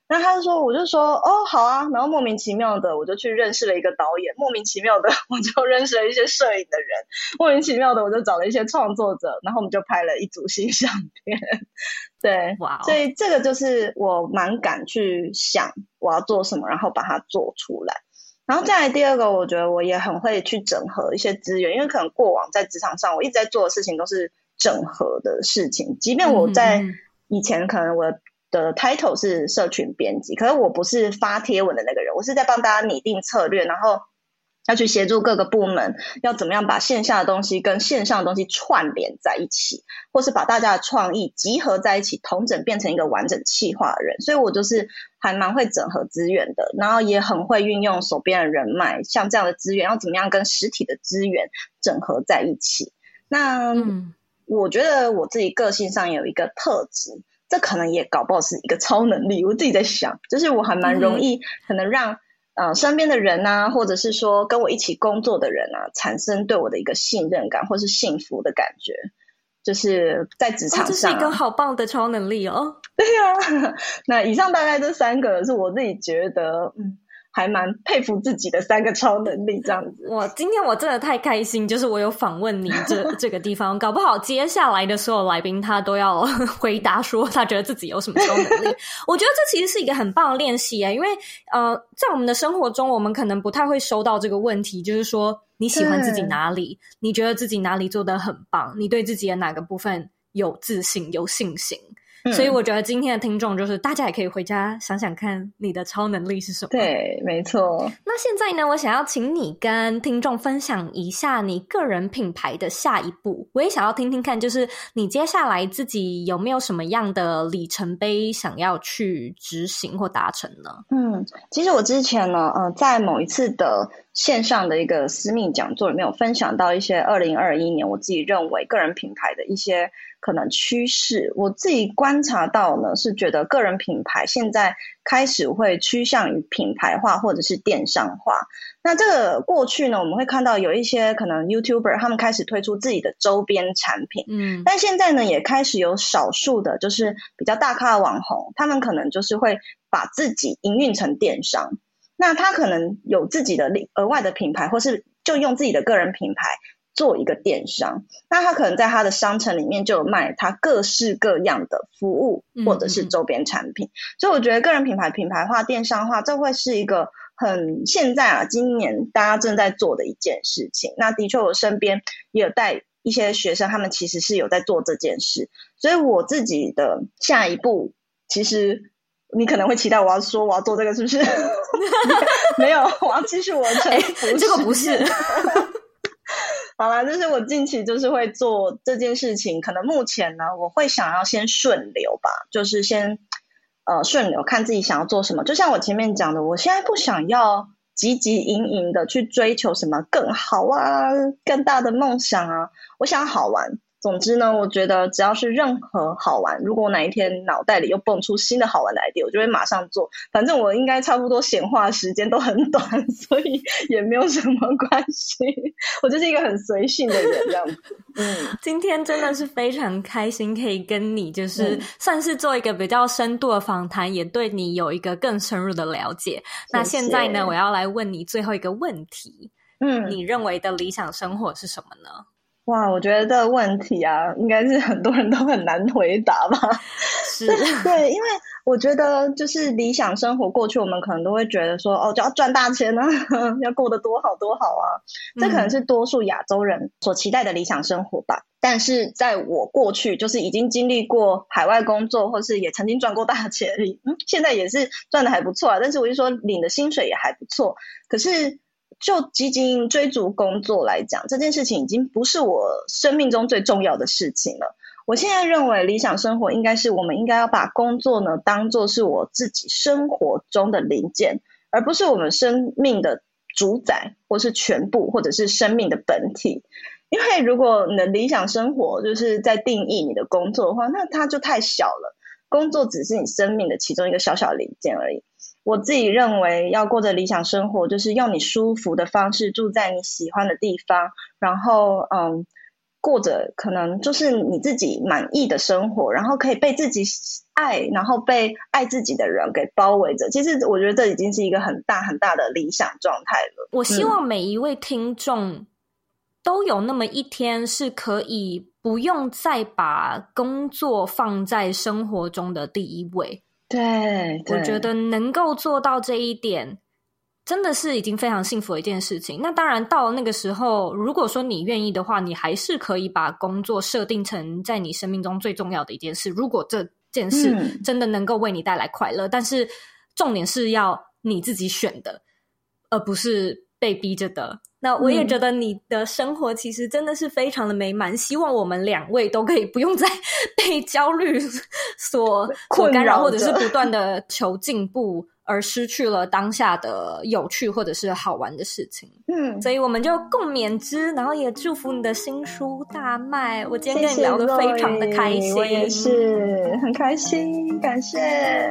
那他就说，我就说哦好啊，然后莫名其妙的我就去认识了一个导演，莫名其妙的我就认识了一些摄影的人，莫名其妙的我就找了一些创作者，然后我们就拍了一组新相片。对， 哇哦， 所以这个就是我蛮敢去想我要做什么，然后把它做出来。然后再来第二个，我觉得我也很会去整合一些资源，因为可能过往在职场上我一直在做的事情都是整合的事情，即便我在以前可能我的 title 是社群编辑，可是我不是发贴文的那个人，我是在帮大家拟定策略，然后要去协助各个部门要怎么样把线下的东西跟线上的东西串联在一起，或是把大家的创意集合在一起，统整变成一个完整企划的人。所以我就是还蛮会整合资源的，然后也很会运用手边的人脉，像这样的资源要怎么样跟实体的资源整合在一起。那我觉得我自己个性上有一个特质，这可能也搞不好是一个超能力，我自己在想，就是我还蛮容易可能让身边的人啊，或者是说跟我一起工作的人啊，产生对我的一个信任感或是幸福的感觉，就是在职场上， 这是一个好棒的超能力哦。 对啊，那以上大概这三个是我自己觉得还蛮佩服自己的三个超能力这样子。 今天我真的太开心，就是我有访问你这个地方，搞不好接下来的所有来宾他都要回答说他觉得自己有什么超能力。我觉得这其实是一个很棒的练习耶，因为在我们的生活中我们可能不太会收到这个问题，就是说你喜欢自己哪里，你觉得自己哪里做得很棒，你对自己的哪个部分有自信有信心。所以我觉得今天的听众就是大家也可以回家想想看你的超能力是什么。 对，没错。 那现在呢，我想要请你跟听众分享一下你个人品牌的下一步，我也想要听听看，就是你接下来自己有没有什么样的里程碑想要去执行或达成呢？ 其实我之前呢在某一次的线上的一个私密讲座里面有分享到一些2021年我自己认为个人品牌的一些可能趋势。我自己观察到呢，是觉得个人品牌现在开始会趋向于品牌化或者是电商化。那这个过去呢，我们会看到有一些可能 YouTuber 他们开始推出自己的周边产品，但现在呢也开始有少数的就是比较大咖的网红，他们可能就是会把自己营运成电商。那他可能有自己的额外的品牌，或是就用自己的个人品牌做一个电商，那他可能在他的商城里面就有卖他各式各样的服务或者是周边产品。所以我觉得个人品牌品牌化电商化，这会是一个很现在今年大家正在做的一件事情。那的确我身边也有带一些学生，他们其实是有在做这件事。所以我自己的下一步，其实你可能会期待我要说我要做这个，是不是？没有，我要继续我的城府。 这个不是。 好啦，就是我近期就是会做这件事情，可能目前呢，我会想要先顺流吧，就是先顺流看自己想要做什么。就像我前面讲的，我现在不想要汲汲营营的去追求什么更好啊、更大的梦想啊，我想要好玩。总之呢，我觉得只要是任何好玩，如果我哪一天脑袋里又蹦出新的好玩的 idea， 我就会马上做。反正我应该差不多显化时间都很短，所以也没有什么关系。我就是一个很随性的人这样子。 今天真的是非常开心可以跟你就是算是做一个比较深度的访谈，也对你有一个更深入的了解。那现在呢，我要来问你最后一个问题。你认为的理想生活是什么呢？ 哇，我觉得这个问题啊，应该是很多人都很难回答吧。 是， 对，因为我觉得就是理想生活，过去我们可能都会觉得说，就要赚大钱啊，要过得多好多好啊，这可能是多数亚洲人所期待的理想生活吧。但是在我过去就是已经经历过海外工作，或是也曾经赚过大钱，现在也是赚得还不错啊，但是我就说领的薪水也还不错，可是就积极追逐工作来讲，这件事情已经不是我生命中最重要的事情了。我现在认为理想生活应该是我们应该要把工作呢当作是我自己生活中的零件，而不是我们生命的主宰或是全部，或者是生命的本体。因为如果你的理想生活就是在定义你的工作的话，那它就太小了，工作只是你生命的其中一个小小零件而已。我自己认为要过着理想生活，就是用你舒服的方式住在你喜欢的地方，然后过着可能就是你自己满意的生活，然后可以被自己爱，然后被爱自己的人给包围着，其实我觉得这已经是一个很大很大的理想状态了。 我希望每一位听众都有那么一天是可以不用再把工作放在生活中的第一位。 对， 我觉得能够做到这一点真的是已经非常幸福的一件事情。那当然到了那个时候，如果说你愿意的话，你还是可以把工作设定成在你生命中最重要的一件事，如果这件事真的能够为你带来快乐，但是重点是要你自己选的，而不是被逼着的。那我也觉得你的生活其实真的是非常的美满，希望我们两位都可以不用再被焦虑所干扰，或者是不断的求进步而失去了当下的有趣或者是好玩的事情。所以我们就共勉之，然后也祝福你的新书大卖。我今天跟你聊得非常的开心。 我也是很开心，感谢。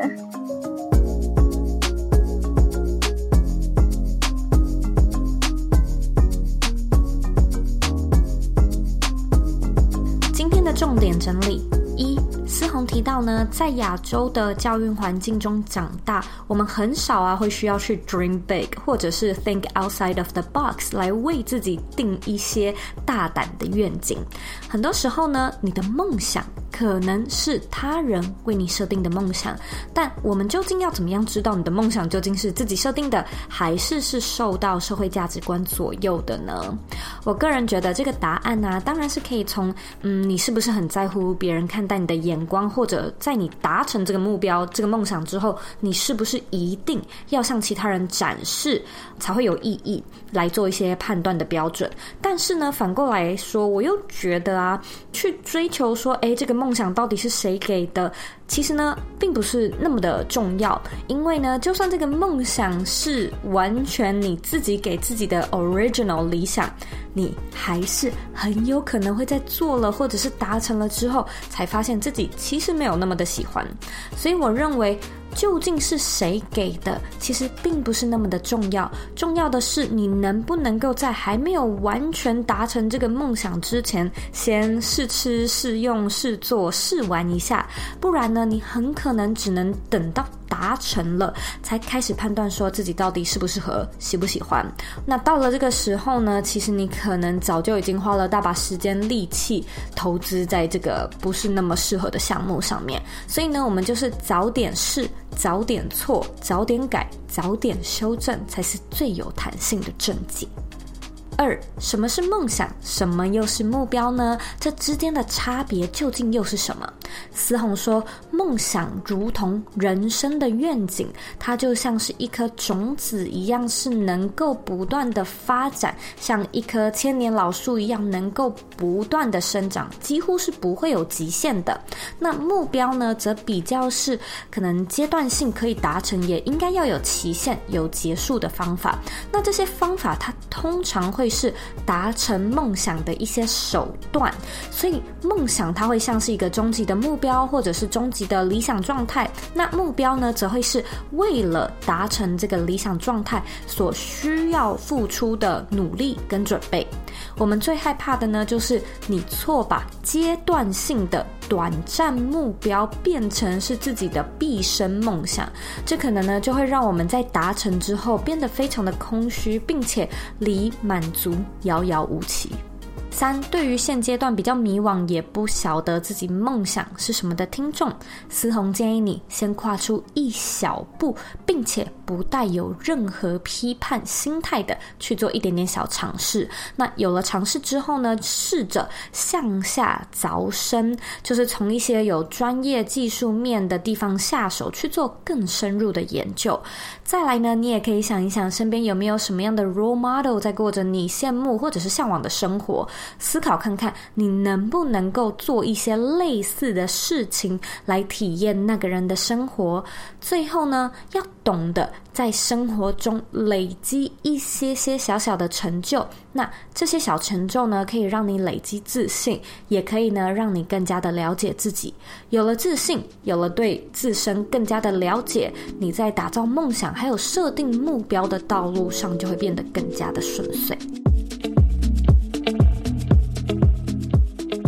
重点整理：一，思宏提到呢，在亚洲的教育环境中长大，我们很少会需要去 dream big 或者是 think outside of the box 来为自己定一些大胆的愿景。很多时候呢，你的梦想可能是他人为你设定的梦想，但我们究竟要怎么样知道你的梦想究竟是自己设定的，还是受到社会价值观左右的呢？我个人觉得这个答案啊，当然是可以从你是不是很在乎别人看待你的眼光，或者在你达成这个目标这个梦想之后，你是不是一定要向其他人展示才会有意义，来做一些判断的标准。但是呢，反过来说，我又觉得啊，去追求说这个梦想到底是谁给的，其实呢并不是那么的重要。因为呢，就算这个梦想是完全你自己给自己的 original 理想，你还是很有可能会在做了或者是达成了之后才发现自己其实没有那么的喜欢。所以我认为究竟是谁给的其实并不是那么的重要，重要的是你能不能够在还没有完全达成这个梦想之前，先试吃试用试做试玩一下。不然呢，你很可能只能等到达成了才开始判断说自己到底适不适合，喜不喜欢。那到了这个时候呢，其实你可能早就已经花了大把时间力气投资在这个不是那么适合的项目上面。所以呢，我们就是早点试，早点错，早点改，早点修正，才是最有弹性的正解。二，什么是梦想？什么又是目标呢？这之间的差别究竟又是什么？思宏说，梦想如同人生的愿景，它就像是一颗种子一样，是能够不断的发展，像一棵千年老树一样，能够不断的生长，几乎是不会有极限的。那目标呢，则比较是可能阶段性可以达成，也应该要有期限、有结束的方法。那这些方法它通常会是达成梦想的一些手段，所以梦想它会像是一个终极的目标，或者是终极的理想状态。那目标呢，则会是为了达成这个理想状态所需要付出的努力跟准备。我们最害怕的呢，就是你错把阶段性的短暂目标变成是自己的毕生梦想，这可能呢就会让我们在达成之后变得非常的空虚，并且离满足遥遥无期。三，对于现阶段比较迷惘也不晓得自己梦想是什么的听众，思宏建议你先跨出一小步，并且不带有任何批判心态的去做一点点小尝试。那有了尝试之后呢，试着向下凿深，就是从一些有专业技术面的地方下手，去做更深入的研究。再来呢，你也可以想一想身边有没有什么样的 role model 在过着你羡慕或者是向往的生活，思考看看你能不能够做一些类似的事情来体验那个人的生活。最后呢，要懂得在生活中累积一些些小小的成就，那这些小成就呢，可以让你累积自信，也可以呢让你更加的了解自己。有了自信，有了对自身更加的了解，你在打造梦想还有设定目标的道路上就会变得更加的顺遂。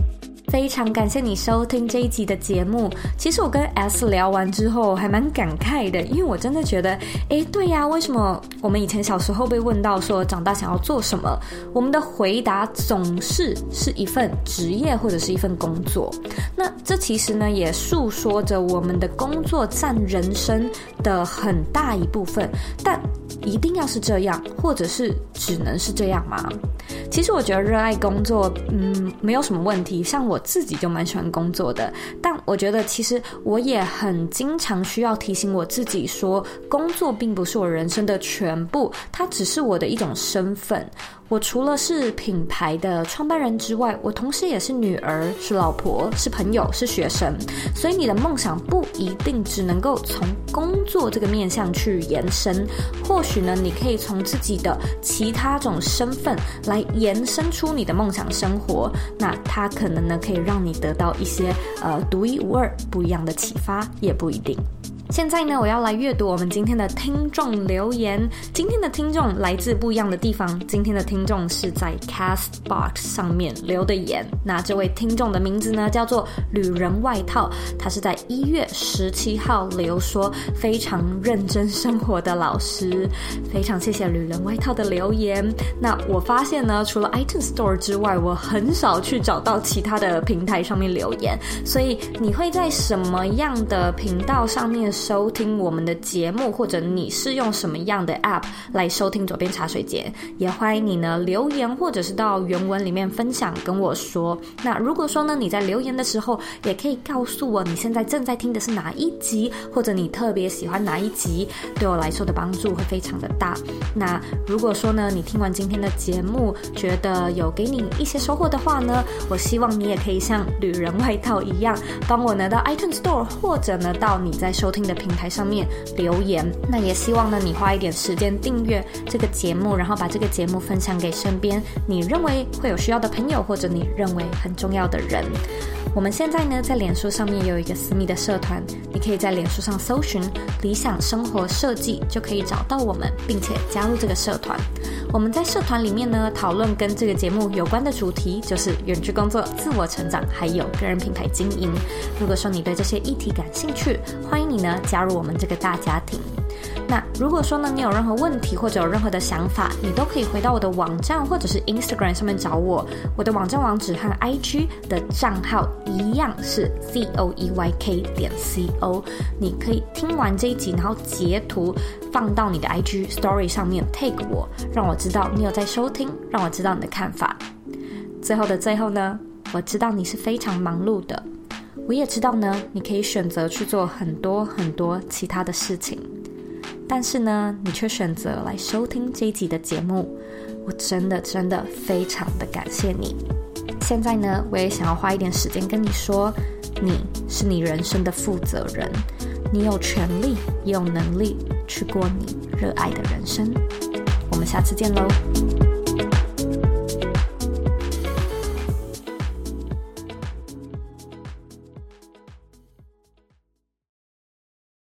非常感谢你收听这一集的节目。其实我跟 S 聊完之后还蛮感慨的，因为我真的觉得对呀，为什么我们以前小时候被问到说长大想要做什么，我们的回答总是一份职业或者是一份工作。那这其实呢也诉说着我们的工作占人生的很大一部分，但一定要是这样，或者是只能是这样吗？其实我觉得热爱工作没有什么问题，像我自己就蛮喜欢工作的，但我觉得其实我也很经常需要提醒我自己说，工作并不是我人生的全部，它只是我的一种身份。我除了是品牌的创办人之外，我同时也是女儿，是老婆，是朋友，是学生。所以你的梦想不一定只能够从工作这个面向去延伸，或许呢你可以从自己的其他种身份来延伸出你的梦想生活，那它可能呢可以让你得到一些独一无二不一样的启发，也不一定。现在呢，我要来阅读我们今天的听众留言。今天的听众来自不一样的地方，今天的听众是在 Castbox 上面留的言。那这位听众的名字呢叫做旅人外套，他是在1月17号留说，非常认真生活的老师。非常谢谢旅人外套的留言。那我发现呢，除了 iTunes Store 之外，我很少去找到其他的平台上面留言，所以你会在什么样的频道上面收听我们的节目，或者你是用什么样的 App 来收听左边茶水间，也欢迎你呢留言，或者是到原文里面分享跟我说。那如果说呢你在留言的时候也可以告诉我你现在正在听的是哪一集，或者你特别喜欢哪一集，对我来说的帮助会非常的大。那如果说呢你听完今天的节目觉得有给你一些收获的话呢，我希望你也可以像旅人外套一样，帮我呢到 iTunes Store 或者呢到你在收听的平台上面留言。那也希望呢你花一点时间订阅这个节目，然后把这个节目分享给身边你认为会有需要的朋友，或者你认为很重要的人。我们现在呢在脸书上面有一个私密的社团，你可以在脸书上搜寻理想生活设计，就可以找到我们并且加入这个社团。我们在社团里面呢讨论跟这个节目有关的主题，就是远距工作、自我成长还有个人品牌经营。如果说你对这些议题感兴趣，欢迎你呢加入我们这个大家庭。那如果说呢你有任何问题或者有任何的想法，你都可以回到我的网站或者是 Instagram 上面找我。我的网站网址和 IG 的账号一样是 zoeyk.co。 你可以听完这一集然后截图放到你的 IG Story 上面 tag 我，让我知道你有在收听，让我知道你的看法。最后的最后呢，我知道你是非常忙碌的，我也知道呢你可以选择去做很多很多其他的事情，但是呢你却选择来收听这一集的节目，我真的非常的感谢你。现在呢我也想要花一点时间跟你说，你是你人生的负责人，你有权利也有能力去过你热爱的人生。我们下次见喽。